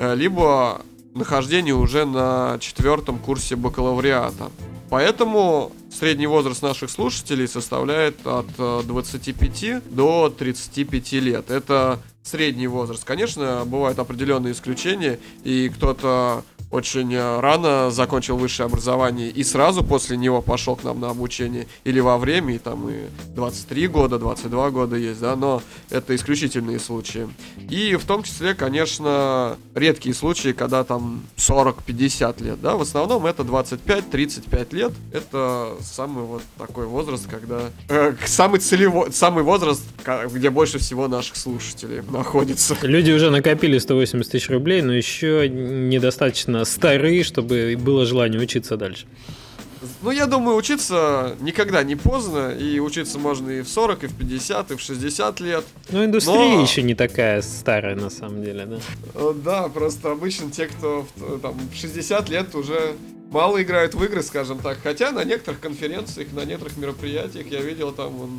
либо нахождение уже на четвертом курсе бакалавриата. Поэтому средний возраст наших слушателей составляет от двадцати пяти до тридцати пяти лет. Это средний возраст. Конечно, бывают определенные исключения, и кто-то очень рано закончил высшее образование и сразу после него пошел к нам на обучение, или во время, и там и двадцать три года, двадцать два года есть, да, но это исключительные случаи. И в том числе, конечно, редкие случаи, когда там сорок-пятьдесят лет, да, в основном это двадцать пять-тридцать пять лет, это самый вот такой возраст, когда э, самый целевой, самый возраст, где больше всего наших слушателей находится. Люди уже накопили сто восемьдесят тысяч рублей, но еще недостаточно старые, чтобы было желание учиться дальше. Ну, я думаю, учиться никогда не поздно, и учиться можно и в сорок, и в пятьдесят, и в шестьдесят лет. Но индустрия Но... еще не такая старая, на самом деле, да? Да, просто обычно те, кто там в шестьдесят лет уже мало играют в игры, скажем так. Хотя на некоторых конференциях, на некоторых мероприятиях я видел там вон,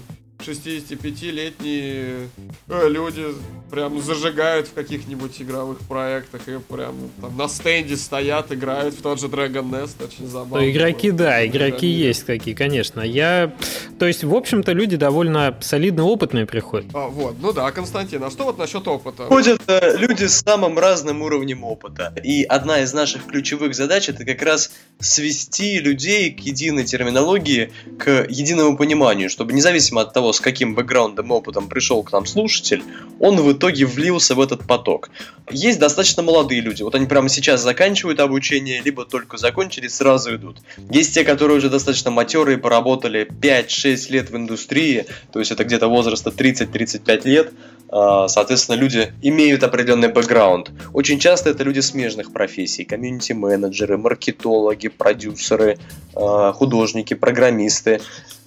шестидесятипятилетние э, люди прям зажигают в каких-нибудь игровых проектах и прям там на стенде стоят, играют в тот же Dragon Nest, очень забавно. Ну, игроки, да, игроки есть такие, конечно. Я, то есть, в общем-то, люди довольно солидно опытные приходят. А, вот, ну да, Константин, а что вот насчет опыта? Ходят э, люди с самым разным уровнем опыта. И одна из наших ключевых задач — это как раз свести людей к единой терминологии, к единому пониманию, чтобы независимо от того, с каким бэкграундом и опытом пришел к нам слушатель, он в итоге влился в этот поток. Есть достаточно молодые люди, вот они прямо сейчас заканчивают обучение, либо только закончили, сразу идут. Есть те, которые уже достаточно матерые, поработали пять-шесть лет в индустрии, то есть это где-то возраста тридцать-тридцать пять лет, соответственно, люди имеют определенный бэкграунд. Очень часто это люди смежных профессий, комьюнити-менеджеры, маркетологи, продюсеры, художники, программисты.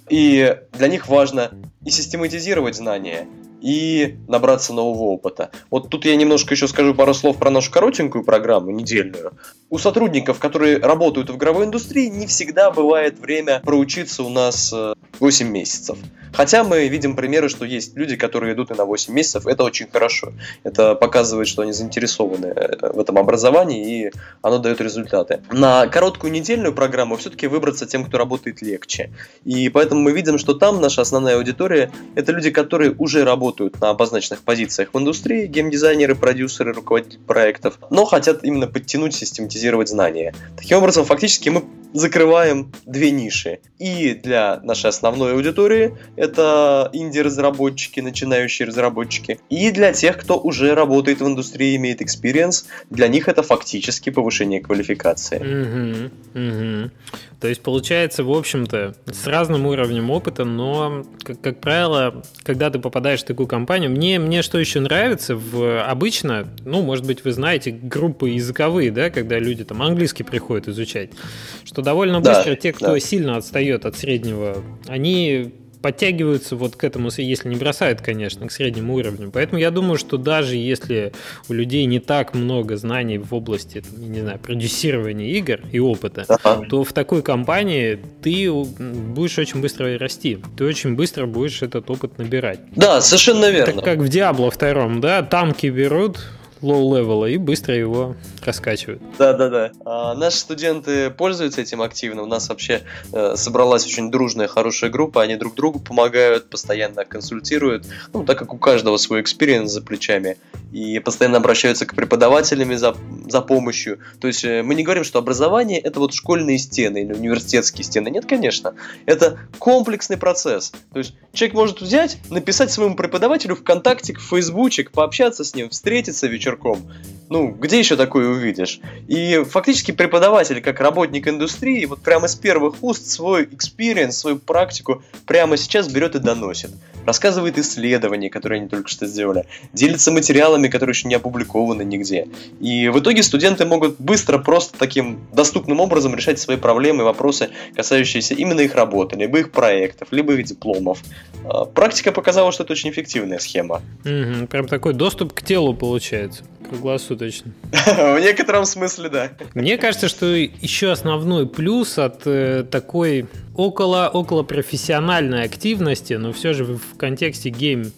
И для них важно и систематизировать знания, и набраться нового опыта. Вот тут я немножко еще скажу пару слов про нашу коротенькую программу, недельную. У сотрудников, которые работают в игровой индустрии, не всегда бывает время проучиться у нас восемь месяцев. Хотя мы видим примеры, что есть люди, которые идут и на восемь месяцев. Это очень хорошо. Это показывает, что они заинтересованы в этом образовании, и оно дает результаты. На короткую недельную программу все-таки выбраться тем, кто работает, легче. И поэтому мы видим, что там наша основная аудитория – это люди, которые уже работают на обозначенных позициях в индустрии, геймдизайнеры, продюсеры, руководители проектов, но хотят именно подтянуть, систематизировать знания. Таким образом, фактически мы закрываем две ниши. И для нашей основной аудитории это инди-разработчики, начинающие разработчики. И для тех, кто уже работает в индустрии, имеет экспириенс, для них это фактически повышение квалификации. Угу, угу. То есть получается, в общем-то, с разным уровнем опыта, но, как, как правило, когда ты попадаешь в такую компанию, мне, мне что еще нравится, в, обычно, ну, может быть, вы знаете, группы языковые, да, когда люди там английский приходят изучать, что довольно быстро да, те, кто да. сильно отстает от среднего, они подтягиваются вот к этому, если не бросают, конечно, к среднему уровню. Поэтому я думаю, что даже если у людей не так много знаний в области, там, я не знаю, продюсирования игр и опыта, ага. то в такой компании ты будешь очень быстро расти. Ты очень быстро будешь этот опыт набирать. Да, совершенно верно. Так как в Diablo два, да, танки берут лоу-левела и быстро его раскачивают. Да-да-да. А, наши студенты пользуются этим активно. У нас вообще э, собралась очень дружная, хорошая группа. Они друг другу помогают, постоянно консультируют. Ну, так как у каждого свой экспириенс за плечами. И постоянно обращаются к преподавателям за, за помощью. То есть э, мы не говорим, что образование — это вот школьные стены или университетские стены. Нет, конечно. Это комплексный процесс. То есть человек может взять, написать своему преподавателю ВКонтакте, в Фейсбучик, пообщаться с ним, встретиться вечером. Ну, где еще такое увидишь? И фактически преподаватель, как работник индустрии, вот прямо с первых уст свой экспириенс, свою практику прямо сейчас берет и доносит. Рассказывает исследования, которые они только что сделали, делится материалами, которые еще не опубликованы нигде. И в итоге студенты могут быстро, просто таким доступным образом решать свои проблемы и вопросы, касающиеся именно их работы, либо их проектов, либо их дипломов. Практика показала, что это очень эффективная схема. Угу, прям такой доступ к телу получается, круглосуточно. В некотором смысле, да. Мне кажется, что еще основной плюс от э, такой около, около профессиональной активности, но все же в контексте гейм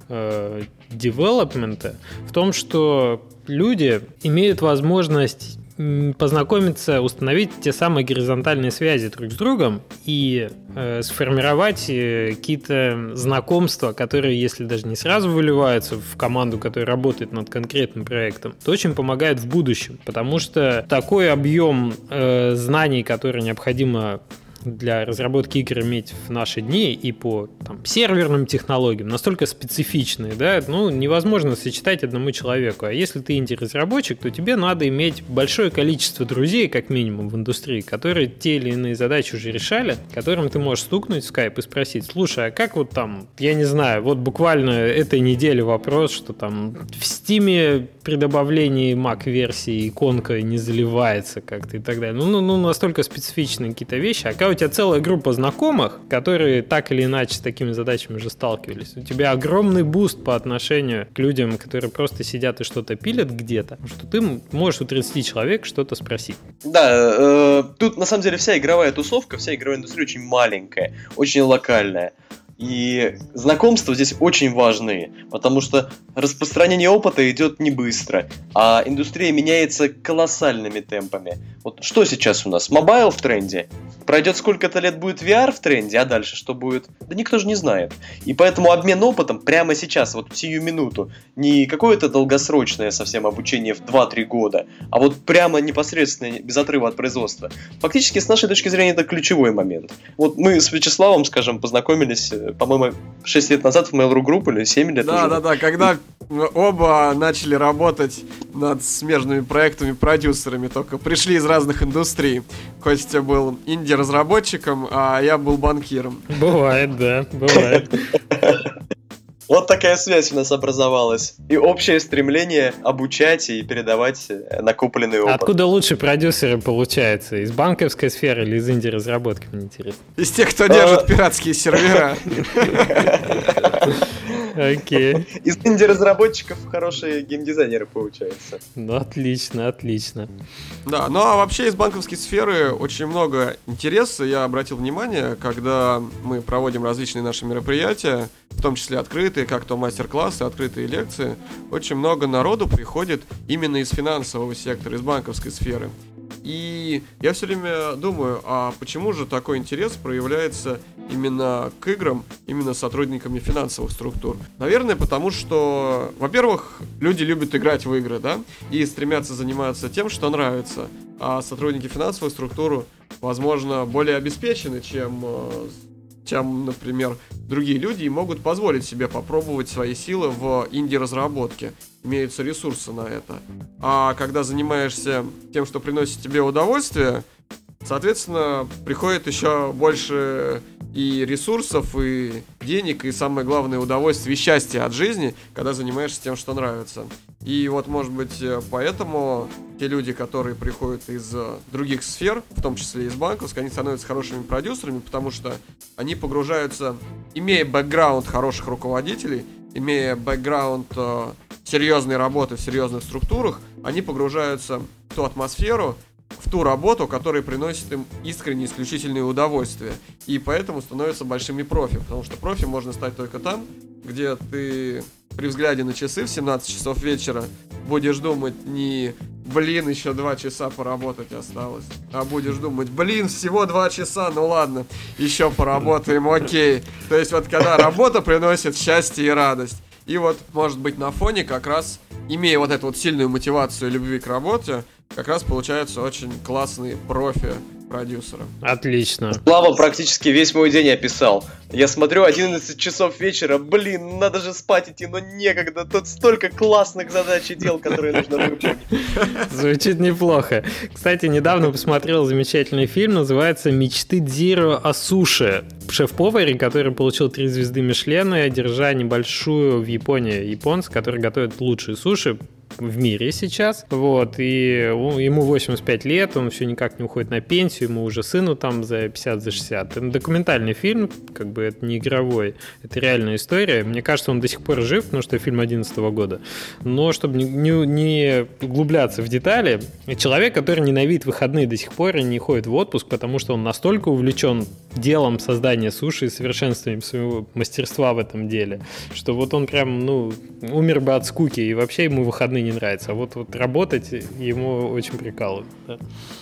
э, девелопмента, в том, что люди имеют возможность познакомиться, установить те самые горизонтальные связи друг с другом и э, сформировать э, какие-то знакомства, которые, если даже не сразу выливаются в команду, которая работает над конкретным проектом, то очень помогает в будущем, потому что такой объем э, знаний, который необходимо для разработки игр иметь в наши дни и по там, серверным технологиям настолько специфичные, да, ну, невозможно сочетать одному человеку. А если ты инди-разработчик, то тебе надо иметь большое количество друзей, как минимум, в индустрии, которые те или иные задачи уже решали, которым ты можешь стукнуть в скайп и спросить: слушай, а как вот там, я не знаю, вот буквально этой неделе вопрос, что там в Steam при добавлении Mac-версии иконка не заливается как-то и так далее. Ну, ну, ну настолько специфичные какие-то вещи. А когда у тебя целая группа знакомых, которые так или иначе с такими задачами уже сталкивались, у тебя огромный буст по отношению к людям, которые просто сидят и что-то пилят где-то, что ты можешь у тридцати человек что-то спросить. Да, э, тут на самом деле вся игровая тусовка, вся игровая индустрия очень маленькая, очень локальная. И знакомства здесь очень важны, потому что распространение опыта идет не быстро, а индустрия меняется колоссальными темпами. Вот что сейчас у нас? Мобайл в тренде? Пройдет сколько-то лет, будет ви ар в тренде, а дальше что будет? Да никто же не знает. И поэтому обмен опытом прямо сейчас, вот в сию минуту, не какое-то долгосрочное совсем обучение в два-три года, а вот прямо непосредственно, без отрыва от производства. Фактически, с нашей точки зрения, это ключевой момент. Вот мы с Вячеславом, скажем, познакомились, по-моему, шесть лет назад в Mail.ru Group или семь лет да, уже. Да-да-да, когда оба начали работать над смежными проектами, продюсерами, только пришли из разных индустрий. Костя был инди-разработчиком, а я был банкиром. Бывает, да, бывает. Вот такая связь у нас образовалась. И общее стремление обучать и передавать накопленный опыт. Откуда лучше продюсеры получаются? Из банковской сферы или из инди-разработки, мне интересно? Из тех, кто держит пиратские сервера. Окей. Из инди-разработчиков хорошие геймдизайнеры получаются. Ну, отлично, отлично. Да, ну а вообще из банковской сферы очень много интереса. Я обратил внимание, когда мы проводим различные наши мероприятия, в том числе открытые, как то мастер-классы, открытые лекции, очень много народу приходит именно из финансового сектора, из банковской сферы. И я все время думаю, а почему же такой интерес проявляется именно к играм, именно сотрудниками финансовых структур? Наверное, потому что, во-первых, люди любят играть в игры, да, и стремятся заниматься тем, что нравится. А сотрудники финансовых структур, возможно, более обеспечены, чем... чем, например, другие люди, и могут позволить себе попробовать свои силы в инди-разработке. Имеются ресурсы на это. А когда занимаешься тем, что приносит тебе удовольствие, Соответственно, приходит еще больше и ресурсов, и денег, и самое главное удовольствие и счастье от жизни, когда занимаешься тем, что нравится. И вот, может быть, поэтому те люди, которые приходят из других сфер, в том числе из банковской, они становятся хорошими продюсерами, потому что они погружаются, имея бэкграунд хороших руководителей, имея бэкграунд э, серьезной работы в серьезных структурах, они погружаются в ту атмосферу, в ту работу, которая приносит им искреннее исключительное удовольствие. И поэтому становятся большими профи, потому что профи можно стать только там, где ты при взгляде на часы в семнадцать часов вечера будешь думать не «блин, еще два часа поработать осталось», а будешь думать «блин, всего два часа, ну ладно, еще поработаем, окей». То есть вот когда работа приносит счастье и радость. И вот, может быть, на фоне как раз, имея вот эту вот сильную мотивацию любви к работе, как раз получаются очень классные профи-продюсеры. Отлично. Слава практически весь мой день описал. Я смотрю, одиннадцать часов вечера, блин, надо же спать идти, но некогда. Тут столько классных задач и дел, которые нужно выполнить. Звучит неплохо. Кстати, недавно посмотрел замечательный фильм, называется «Мечты Дзиро о суши». Шеф-поваре, который получил три звезды Мишлена, держа небольшую в Японии японца, который готовит лучшие суши в мире сейчас, вот, и ему восемьдесят пять лет, он все никак не уходит на пенсию, ему уже сыну там за пятьдесят, за шестьдесят. Это документальный фильм, как бы это не игровой, это реальная история. Мне кажется, он до сих пор жив, потому что фильм одиннадцатого года. Но чтобы не, не, не углубляться в детали, человек, который ненавидит выходные до сих пор и не ходит в отпуск, потому что он настолько увлечен делом создания суши и совершенствованием своего мастерства в этом деле, что вот он прям, ну, умер бы от скуки, и вообще ему выходные не нравится. А вот, вот работать ему очень прикалывает. Да.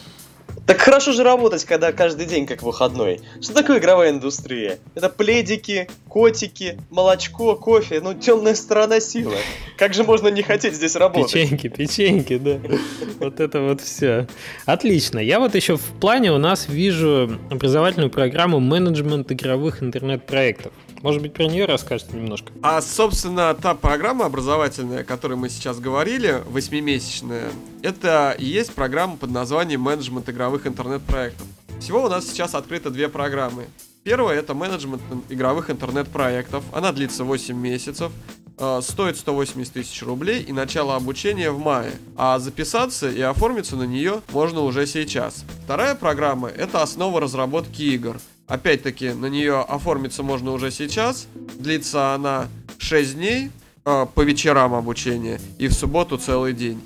Так хорошо же работать, когда каждый день как выходной. Что такое игровая индустрия? Это пледики, котики, молочко, кофе, ну темная сторона силы. Как же можно не хотеть здесь работать? Печеньки, печеньки, да. Вот это вот все. Отлично. Я вот еще в плане у нас вижу образовательную программу «Менеджмент игровых интернет-проектов». Может быть, про нее расскажете немножко? А, собственно, та программа образовательная, о которой мы сейчас говорили, восьмимесячная, это и есть программа под названием «Менеджмент игровых интернет-проектов». Всего у нас сейчас открыто две программы. Первая — это менеджмент игровых интернет-проектов. Она длится восемь месяцев, э, стоит сто восемьдесят тысяч рублей и начало обучения в мае. А записаться и оформиться на нее можно уже сейчас. Вторая программа — это основа разработки игр. Опять-таки, на нее оформиться можно уже сейчас. Длится она шесть дней, э, по вечерам обучения, и в субботу целый день.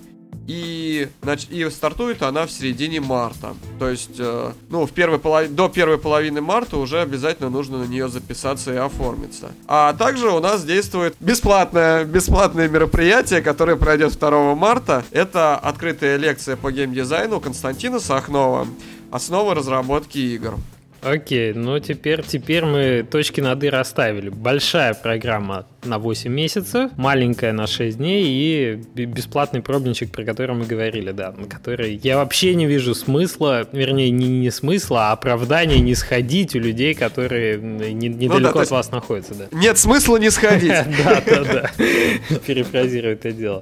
И, значит, и стартует она в середине марта. То есть, э, ну, в первой полов... до первой половины марта уже обязательно нужно на нее записаться и оформиться. А также у нас действует бесплатное, бесплатное мероприятие, которое пройдет второго марта. Это открытая лекция по геймдизайну Константина Сахнова «Основы разработки игр». Окей, ну теперь, теперь мы точки над «и» расставили. Большая программа на восемь месяцев, маленькая на шесть дней и бесплатный пробничек, про который мы говорили, да, на который я вообще не вижу смысла, вернее, не, не смысла, а оправдания не сходить у людей, которые не, недалеко ну, да, от вас находятся. Да. Нет смысла не сходить. Да, да, да, перефразирую это дело.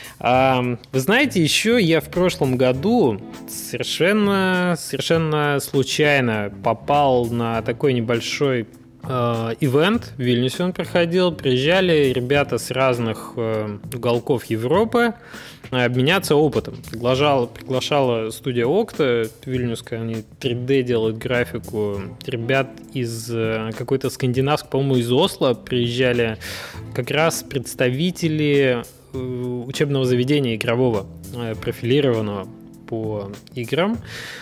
А, вы знаете, еще я в прошлом году совершенно, совершенно случайно попал на такой небольшой э, ивент. В Вильнюсе он проходил. Приезжали ребята с разных э, уголков Европы обменяться опытом. Приглашала, приглашала студия Окта Вильнюсская, они три дэ делают графику. Ребят из э, какой-то скандинавской, по-моему, из Осло приезжали как раз представители учебного заведения игрового, профилированного по играм.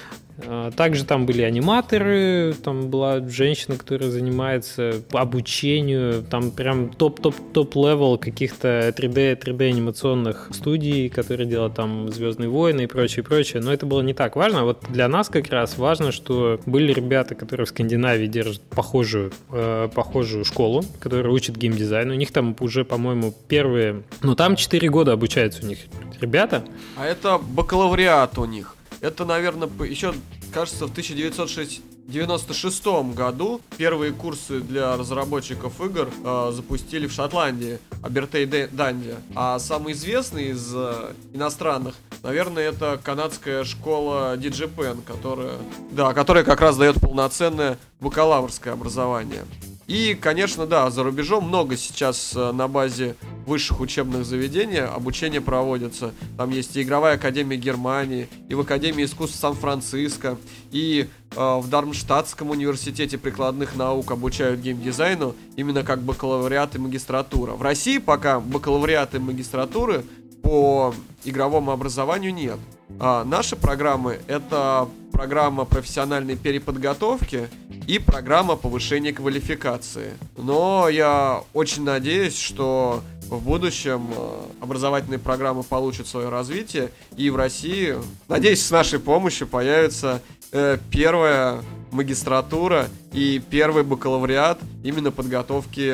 Также там были аниматоры, там была женщина, которая занимается обучению, там прям топ-топ-топ-левел каких-то три дэ, три дэ анимационных студий, которые делают там «Звездные войны» и прочее, прочее. Но это было не так важно. Вот для нас как раз важно, что были ребята, которые в Скандинавии держат похожую, э, похожую школу, которая учит геймдизайну. У них там уже, по-моему, первые... Ну, там четыре года обучаются у них ребята. А это бакалавриат у них. Это, наверное, еще, кажется, в тысяча девятьсот девяносто шестом году первые курсы для разработчиков игр э, запустили в Шотландии, Абертей Данди. А самый известный из э, иностранных наверное, это канадская школа DigiPen, которая, да, которая как раз дает полноценное бакалаврское образование. И, конечно, да, за рубежом много сейчас на базе высших учебных заведений обучение проводится. Там есть и Игровая академия Германии, и в Академии искусств Сан-Франциско, и э, в Дармштадтском университете прикладных наук обучают геймдизайну именно как бакалавриат и магистратура. В России пока бакалавриат и магистратуры по игровому образованию нет. А наши программы — это программа профессиональной переподготовки и программа повышения квалификации. Но я очень надеюсь, что в будущем образовательные программы получат свое развитие, и в России, надеюсь, с нашей помощью появится э, первая магистратура и первый бакалавриат именно подготовки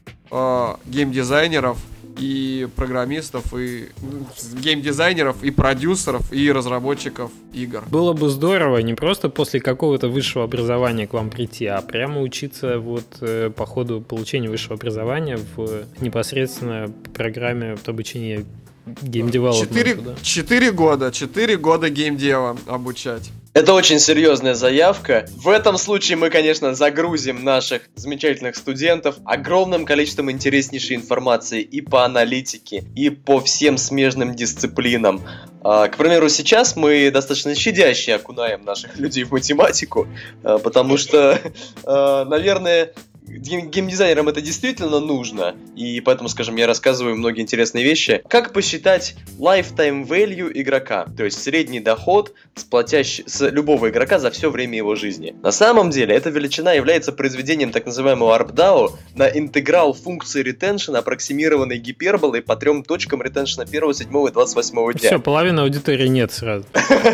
э, геймдизайнеров и программистов, и геймдизайнеров, и продюсеров, и разработчиков игр. Было бы здорово не просто после какого-то высшего образования к вам прийти, а прямо учиться вот э, по ходу получения высшего образования в непосредственно программе обучения геймдевелопменту. Четыре года, четыре года геймдева обучать. Это очень серьезная заявка. В этом случае мы, конечно, загрузим наших замечательных студентов огромным количеством интереснейшей информации и по аналитике, и по всем смежным дисциплинам. К примеру, сейчас мы достаточно щадяще окунаем наших людей в математику, потому что, наверное, геймдизайнерам это действительно нужно, и поэтому, скажем, я рассказываю многие интересные вещи. Как посчитать lifetime value игрока, то есть средний доход с, платящ... с любого игрока за все время его жизни. На самом деле, эта величина является произведением так называемого ARPDAO на интеграл функции retention, аппроксимированной гиперболой по трем точкам ретеншена первого, седьмого и двадцать восьмого дня. Все, половины аудитории нет сразу.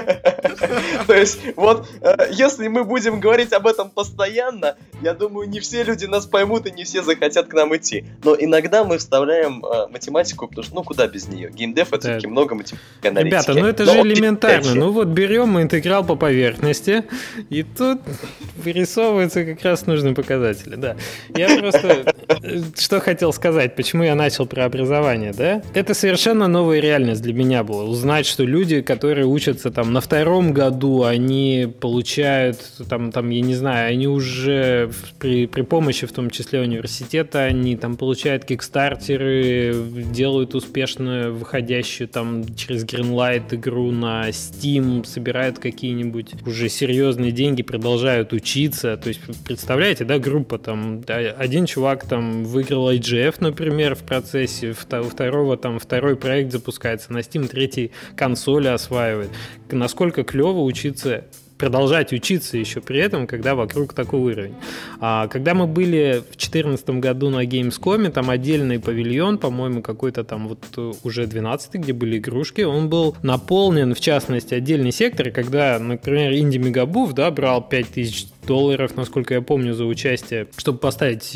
То есть, вот, если мы будем говорить об этом постоянно, я думаю, не все люди нас поймут и не все захотят к нам идти. Но иногда мы вставляем э, математику, потому что, ну, куда без нее? Геймдев — это все-таки много математики, аналитики. Ребята, ну это Но же вот элементарно. эти... Ну вот берем мы интеграл по поверхности, и тут вырисовываются как раз нужные показатели. Да. Я просто что хотел сказать, почему я начал про образование, да? Это совершенно новая реальность для меня была. Узнать, что люди, которые учатся там на втором году, они получают, там, там я не знаю, они уже при, при помощи, в том числе университета, они там получают кикстартеры, делают успешно выходящую там через Greenlight игру на Steam, собирают какие-нибудь уже серьезные деньги, продолжают учиться. То есть, представляете, да, группа там, один чувак там выиграл ай джи эф, например, в процессе, у второго там второй проект запускается на Steam, третий консоли осваивает. Насколько клево учиться, продолжать учиться еще при этом, когда вокруг такой уровень. А когда мы были в две тысячи четырнадцатом году на Gamescom, там отдельный павильон, по-моему, какой-то там вот уже двенадцатый, где были игрушки, он был наполнен, в частности, отдельный сектор, когда, например, Инди Мегабуф, да, брал пять тысяч долларов, насколько я помню, за участие, чтобы поставить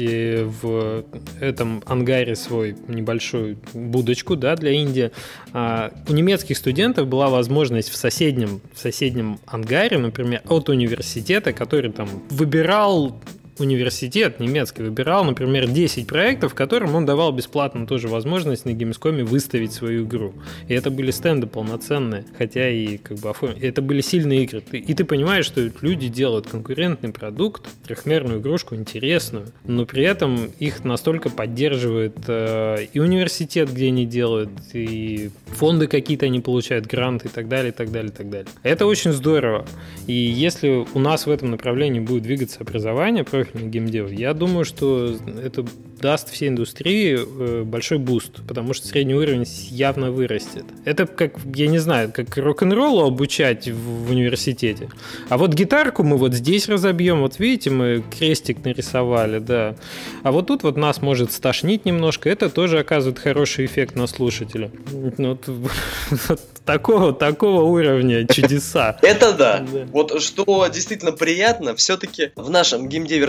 в этом ангаре свой небольшую будочку, да, для инди. А у немецких студентов была возможность в соседнем, в соседнем ангаре, например, от университета, который там выбирал университет немецкий выбирал, например, десять проектов, которым он давал бесплатно тоже возможность на Gamescom выставить свою игру. И это были стенды полноценные, хотя и как бы оформ... это были сильные игры. И ты понимаешь, что люди делают конкурентный продукт, трехмерную игрушку интересную, но при этом их настолько поддерживает э, и университет, где они делают, и фонды какие-то они получают, гранты и так далее, и так далее, и так далее. Это очень здорово. И если у нас в этом направлении будет двигаться образование, геймдев, я думаю, что это даст всей индустрии большой буст, потому что средний уровень явно вырастет. Это как, я не знаю, как рок-н-роллу обучать в, в университете. А вот гитарку мы вот здесь разобьем, вот видите, мы крестик нарисовали, да. А вот тут вот нас может стошнить немножко, это тоже оказывает хороший эффект на слушателя. Вот, вот такого, такого уровня чудеса. Это да. Вот что действительно приятно, все-таки в нашем геймдеверском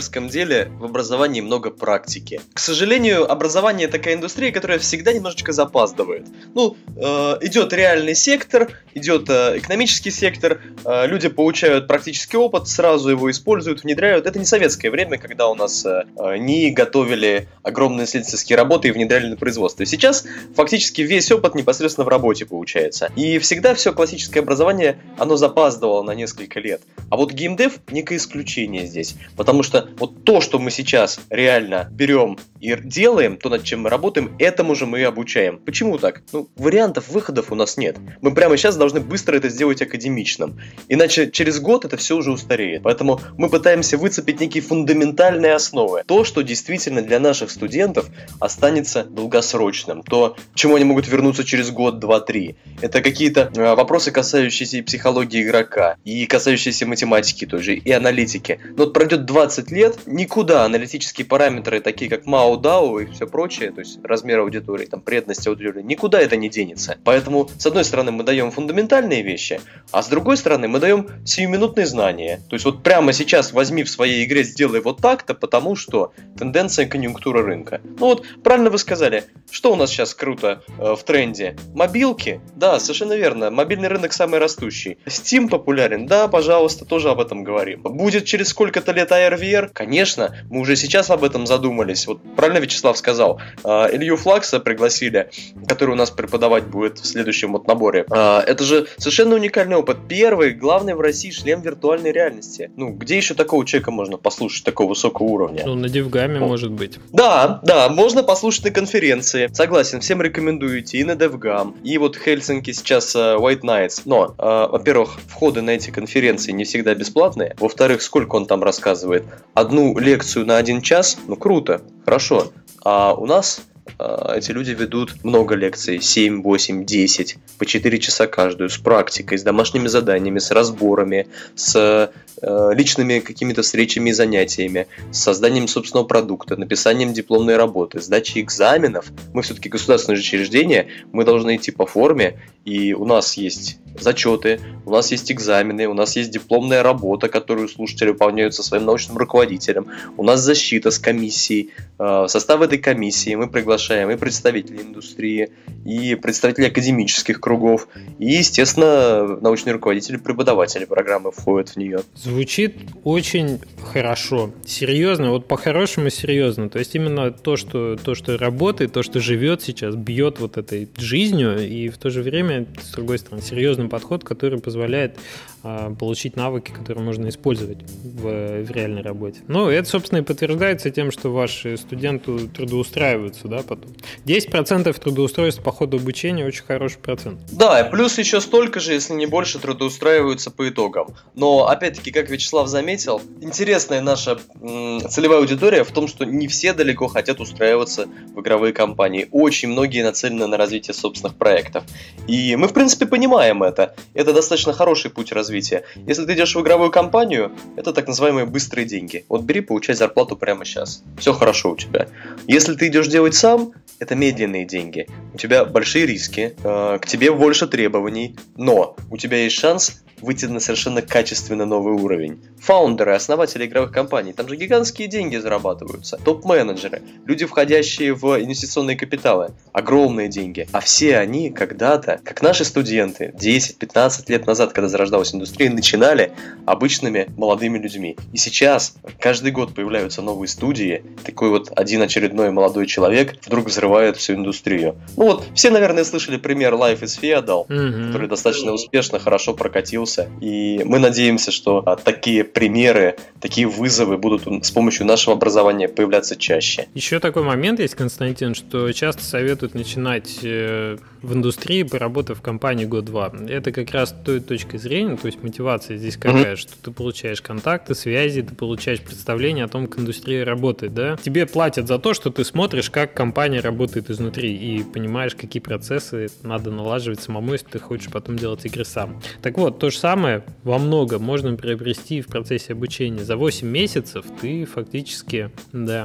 инженерском деле в образовании много практики. К сожалению, образование такая индустрия, которая всегда немножечко запаздывает. Ну, э, идет реальный сектор, идет э, экономический сектор, э, люди получают практический опыт, сразу его используют, внедряют. Это не советское время, когда у нас э, НИИ готовили огромные исследовательские работы и внедряли на производство. Сейчас фактически весь опыт непосредственно в работе получается. И всегда все классическое образование, оно запаздывало на несколько лет. А вот геймдев некое исключение здесь. Потому что вот то, что мы сейчас реально берем и делаем, то, над чем мы работаем, этому же мы и обучаем. Почему так? Ну, вариантов, выходов у нас нет. Мы прямо сейчас должны быстро это сделать академичным. Иначе через год это все уже устареет. Поэтому мы пытаемся выцепить некие фундаментальные основы. То, что действительно для наших студентов останется долгосрочным. То, к чему они могут вернуться через год, два, три. Это какие-то э, вопросы, касающиеся и психологии игрока, и касающиеся математики тоже, и аналитики. Но вот пройдет двадцать лет, никуда аналитические параметры, такие как МАУ, ДАУ и все прочее, то есть размер аудитории, там, преданность аудитории, никуда это не денется. Поэтому, с одной стороны, мы даем фундаментальные вещи, а с другой стороны, мы даем сиюминутные знания. То есть вот прямо сейчас возьми в своей игре, сделай вот так-то, потому что тенденция конъюнктуры рынка. Ну вот, правильно вы сказали, что у нас сейчас круто э, в тренде? Мобилки? Да, совершенно верно, мобильный рынок самый растущий. Steam популярен? Да, пожалуйста, тоже об этом говорим. Будет через сколько-то лет эй ар ви ар? Конечно, мы уже сейчас об этом задумались. Вот правильно Вячеслав сказал, э, Илью Флакса пригласили, который у нас преподавать будет в следующем вот наборе. Э, это же совершенно уникальный опыт. Первый, главный в России шлем виртуальной реальности. Ну, где еще такого человека можно послушать, такого высокого уровня? Ну, на DevGam'е, ну, может быть. Да, да, можно послушать на конференции. Согласен, всем рекомендую идти и на DevGam, и вот Хельсинки сейчас uh, White Nights. Но, uh, во-первых, входы на эти конференции не всегда бесплатные. Во-вторых, сколько он там рассказывает? Одну лекцию на один час? Ну, круто, хорошо. А у нас эти люди ведут много лекций, семь, восемь, десять, по четыре часа каждую, с практикой, с домашними заданиями, с разборами, с э, личными какими-то встречами и занятиями, с созданием собственного продукта, написанием дипломной работы, сдачей экзаменов. Мы все-таки государственное учреждение, мы должны идти по форме, и у нас есть зачеты, у нас есть экзамены, у нас есть дипломная работа, которую слушатели выполняют со своим научным руководителем, у нас защита с комиссией. В состав этой комиссии мы приглашаем и представителей индустрии, и представителей академических кругов, и, естественно, научные руководители, преподаватели программы входят в нее. Звучит очень хорошо, серьезно, вот по-хорошему серьезно. То есть именно то, что, то, что работает, то, что живет сейчас, бьет вот этой жизнью, и в то же время, с другой стороны, серьезный подход, который позволяет а, получить навыки, которые можно использовать в, в реальной работе. Ну, это, собственно, и подтверждается тем, что ваши студенты трудоустраиваются, да, потом. десять процентов трудоустройств по ходу обучения очень хороший процент. Да, и плюс еще столько же, если не больше, трудоустраиваются по итогам. Но, опять-таки, как Вячеслав заметил, интересная наша м- целевая аудитория в том, что не все далеко хотят устраиваться в игровые компании. Очень многие нацелены на развитие собственных проектов. И мы, в принципе, понимаем это. Это достаточно хороший путь развития. Если ты идешь в игровую компанию, это так называемые быстрые деньги. Вот бери, получай зарплату прямо сейчас. Все хорошо у тебя. Если ты идешь делать сам, это медленные деньги. У тебя большие риски, э, к тебе больше требований, но у тебя есть шанс выйти на совершенно качественно новый уровень. Фаундеры, основатели игровых компаний, там же гигантские деньги зарабатываются. Топ-менеджеры, люди, входящие в инвестиционные капиталы, огромные деньги. А все они когда-то, как наши студенты, десять-пятнадцать лет назад, когда зарождалась индустрия, начинали обычными молодыми людьми. И сейчас каждый год появляются новые студии, такой вот один очередной молодой человек вдруг взрывает всю индустрию. Ну вот, все, наверное, слышали пример Life is Feudal, mm-hmm. который достаточно успешно, хорошо прокатился. И мы надеемся, что а, такие примеры, такие вызовы будут с помощью нашего образования появляться чаще. Еще такой момент есть, Константин, что часто советуют начинать э, в индустрии, поработав в компании год-два. Это как раз той точкой зрения, то есть мотивация здесь какая, mm-hmm. что ты получаешь контакты, связи, ты получаешь представление о том, как индустрия работает, да? Тебе платят за то, что ты смотришь, как компания работает изнутри, и понимаешь, какие процессы надо налаживать самому, если ты хочешь потом делать игры сам. Так вот, то же самое во многом можно приобрести в процессе обучения. За восемь месяцев ты фактически, да...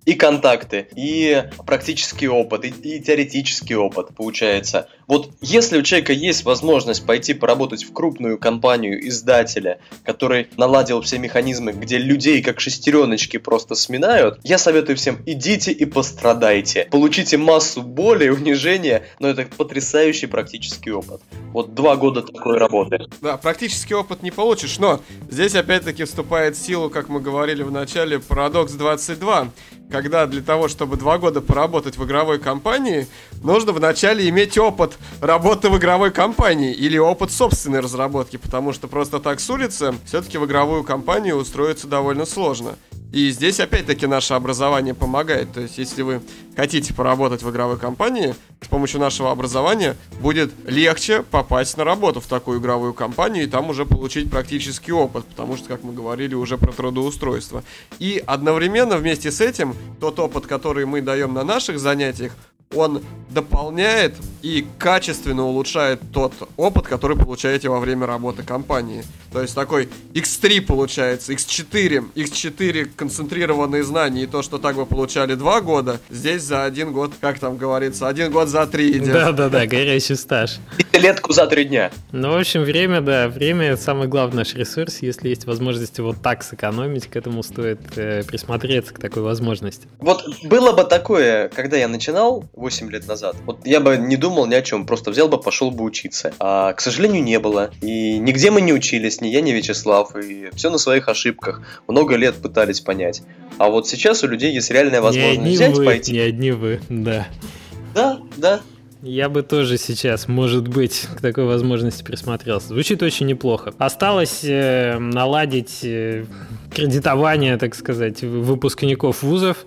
и контакты, и практический опыт, и, и теоретический опыт получается. Вот если у человека есть возможность пойти поработать в крупную компанию издателя, который наладил все механизмы, где людей как шестереночки просто сминают, я советую всем: идите и пострадайте. Получите массу боли и унижения, но это потрясающий практический опыт. Вот два года такой работы. Да, практический опыт не получишь, но здесь опять-таки вступает в силу, как мы говорили в начале, парадокс двадцать два. Когда для того, чтобы два года поработать в игровой компании, нужно вначале иметь опыт работы в игровой компании или опыт собственной разработки, потому что просто так с улицы все-таки в игровую компанию устроиться довольно сложно. И здесь опять-таки наше образование помогает. То есть, если вы хотите поработать в игровой компании, с помощью нашего образования будет легче попасть на работу в такую игровую компанию и там уже получить практический опыт, потому что, как мы говорили, уже про трудоустройство. И одновременно вместе с этим тот опыт, который мы даем на наших занятиях, он дополняет и качественно улучшает тот опыт, который получаете во время работы компании. То есть такой икс три получается, икс четыре, икс четыре концентрированные знания, и то, что так вы получали два года, здесь за один год, как там говорится, один год за три идет. Да-да-да, горячий стаж. Пятилетку за три дня. Ну, в общем, время, да, время самый главный наш ресурс. Если есть возможность его так сэкономить, к этому стоит э, присмотреться, к такой возможности. Вот было бы такое, когда я начинал восемь лет назад, вот я бы не думал ни о чем, просто взял бы, пошел бы учиться. А, к сожалению, не было. И нигде мы не учились, ни я, ни Вячеслав, и все на своих ошибках. Много лет пытались понять. А вот сейчас у людей есть реальная возможность не взять, вы, пойти. Не одни вы, да. Да, да. Я бы тоже сейчас, может быть, к такой возможности присмотрелся. Звучит очень неплохо. Осталось э, наладить э, кредитование, так сказать, выпускников вузов,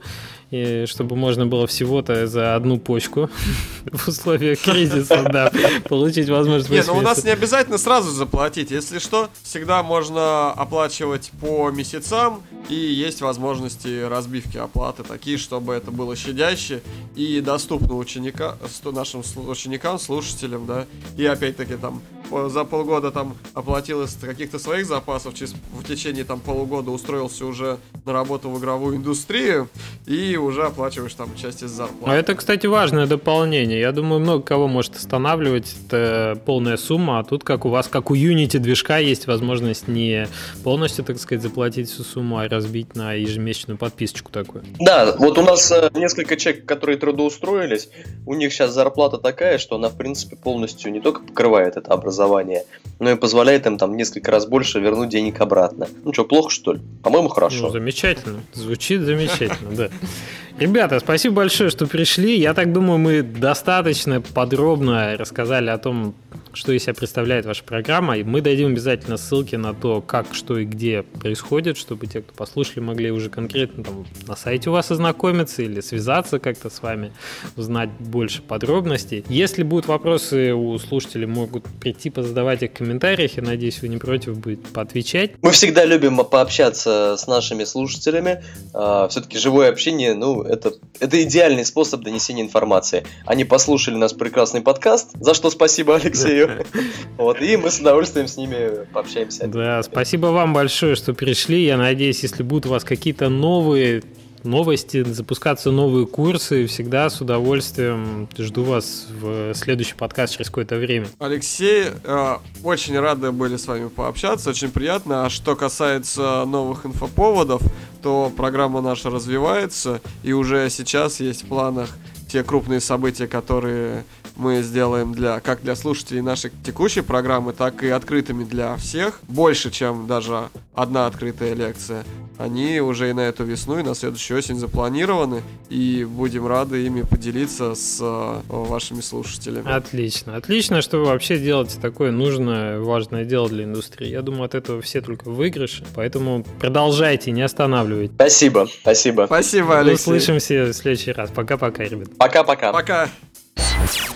и чтобы можно было всего-то за одну почку в условиях кризиса, да, получить возможность. Нет, ну у нас не обязательно сразу заплатить. Если что, всегда можно оплачивать по месяцам, и есть возможности разбивки оплаты такие, чтобы это было щадяще и доступно ученика, нашим ученикам, слушателям, да. И опять-таки там за полгода там оплатил из каких-то своих запасов, через, в течение там полугода устроился уже на работу в игровую индустрию, и уже оплачиваешь там часть из зарплаты. А это, кстати, важное дополнение. Я думаю, много кого может останавливать. Это полная сумма, а тут, как у вас, как у Unity движка, есть возможность не полностью, так сказать, заплатить всю сумму, а разбить на ежемесячную подписочку такую. Да, вот у нас э, несколько человек, которые трудоустроились, у них сейчас зарплата такая, что она, в принципе, полностью не только покрывает это образование, но и позволяет им там несколько раз больше вернуть денег обратно. Ну что, плохо, что ли? По-моему, хорошо. Ну, замечательно. Звучит замечательно, да. Ребята, спасибо большое, что пришли. Я так думаю, мы достаточно подробно рассказали о том, что из себя представляет ваша программа, и мы дадим обязательно ссылки на то, как, что и где происходит, чтобы те, кто послушали, могли уже конкретно там на сайте у вас ознакомиться или связаться как-то с вами, узнать больше подробностей. Если будут вопросы у слушателей, могут прийти, позадавать их в комментариях, я надеюсь, вы не против будете поотвечать. Мы всегда любим пообщаться с нашими слушателями. Все-таки живое общение, ну, это, это идеальный способ донесения информации. Они послушали наш прекрасный подкаст, за что спасибо Алексею. Вот, и мы с удовольствием с ними пообщаемся. Да, спасибо вам большое, что пришли. Я надеюсь, если будут у вас какие-то новые новости, запускаться новые курсы, всегда с удовольствием жду вас в следующий подкаст через какое-то время. Алексей, э, очень рады были с вами пообщаться, очень приятно. А что касается новых инфоповодов, то программа наша развивается, и уже сейчас есть в планах те крупные события, которые мы сделаем для, как для слушателей нашей текущей программы, так и открытыми для всех. Больше, чем даже одна открытая лекция. Они уже и на эту весну, и на следующую осень запланированы, и будем рады ими поделиться с э, вашими слушателями. Отлично. Отлично, что вы вообще делаете такое нужное, важное дело для индустрии. Я думаю, от этого все только в выигрыше, поэтому продолжайте, не останавливайтесь. Спасибо, спасибо. Спасибо, Алексей. Услышимся в следующий раз. Пока-пока, ребят. Пока-пока. Пока.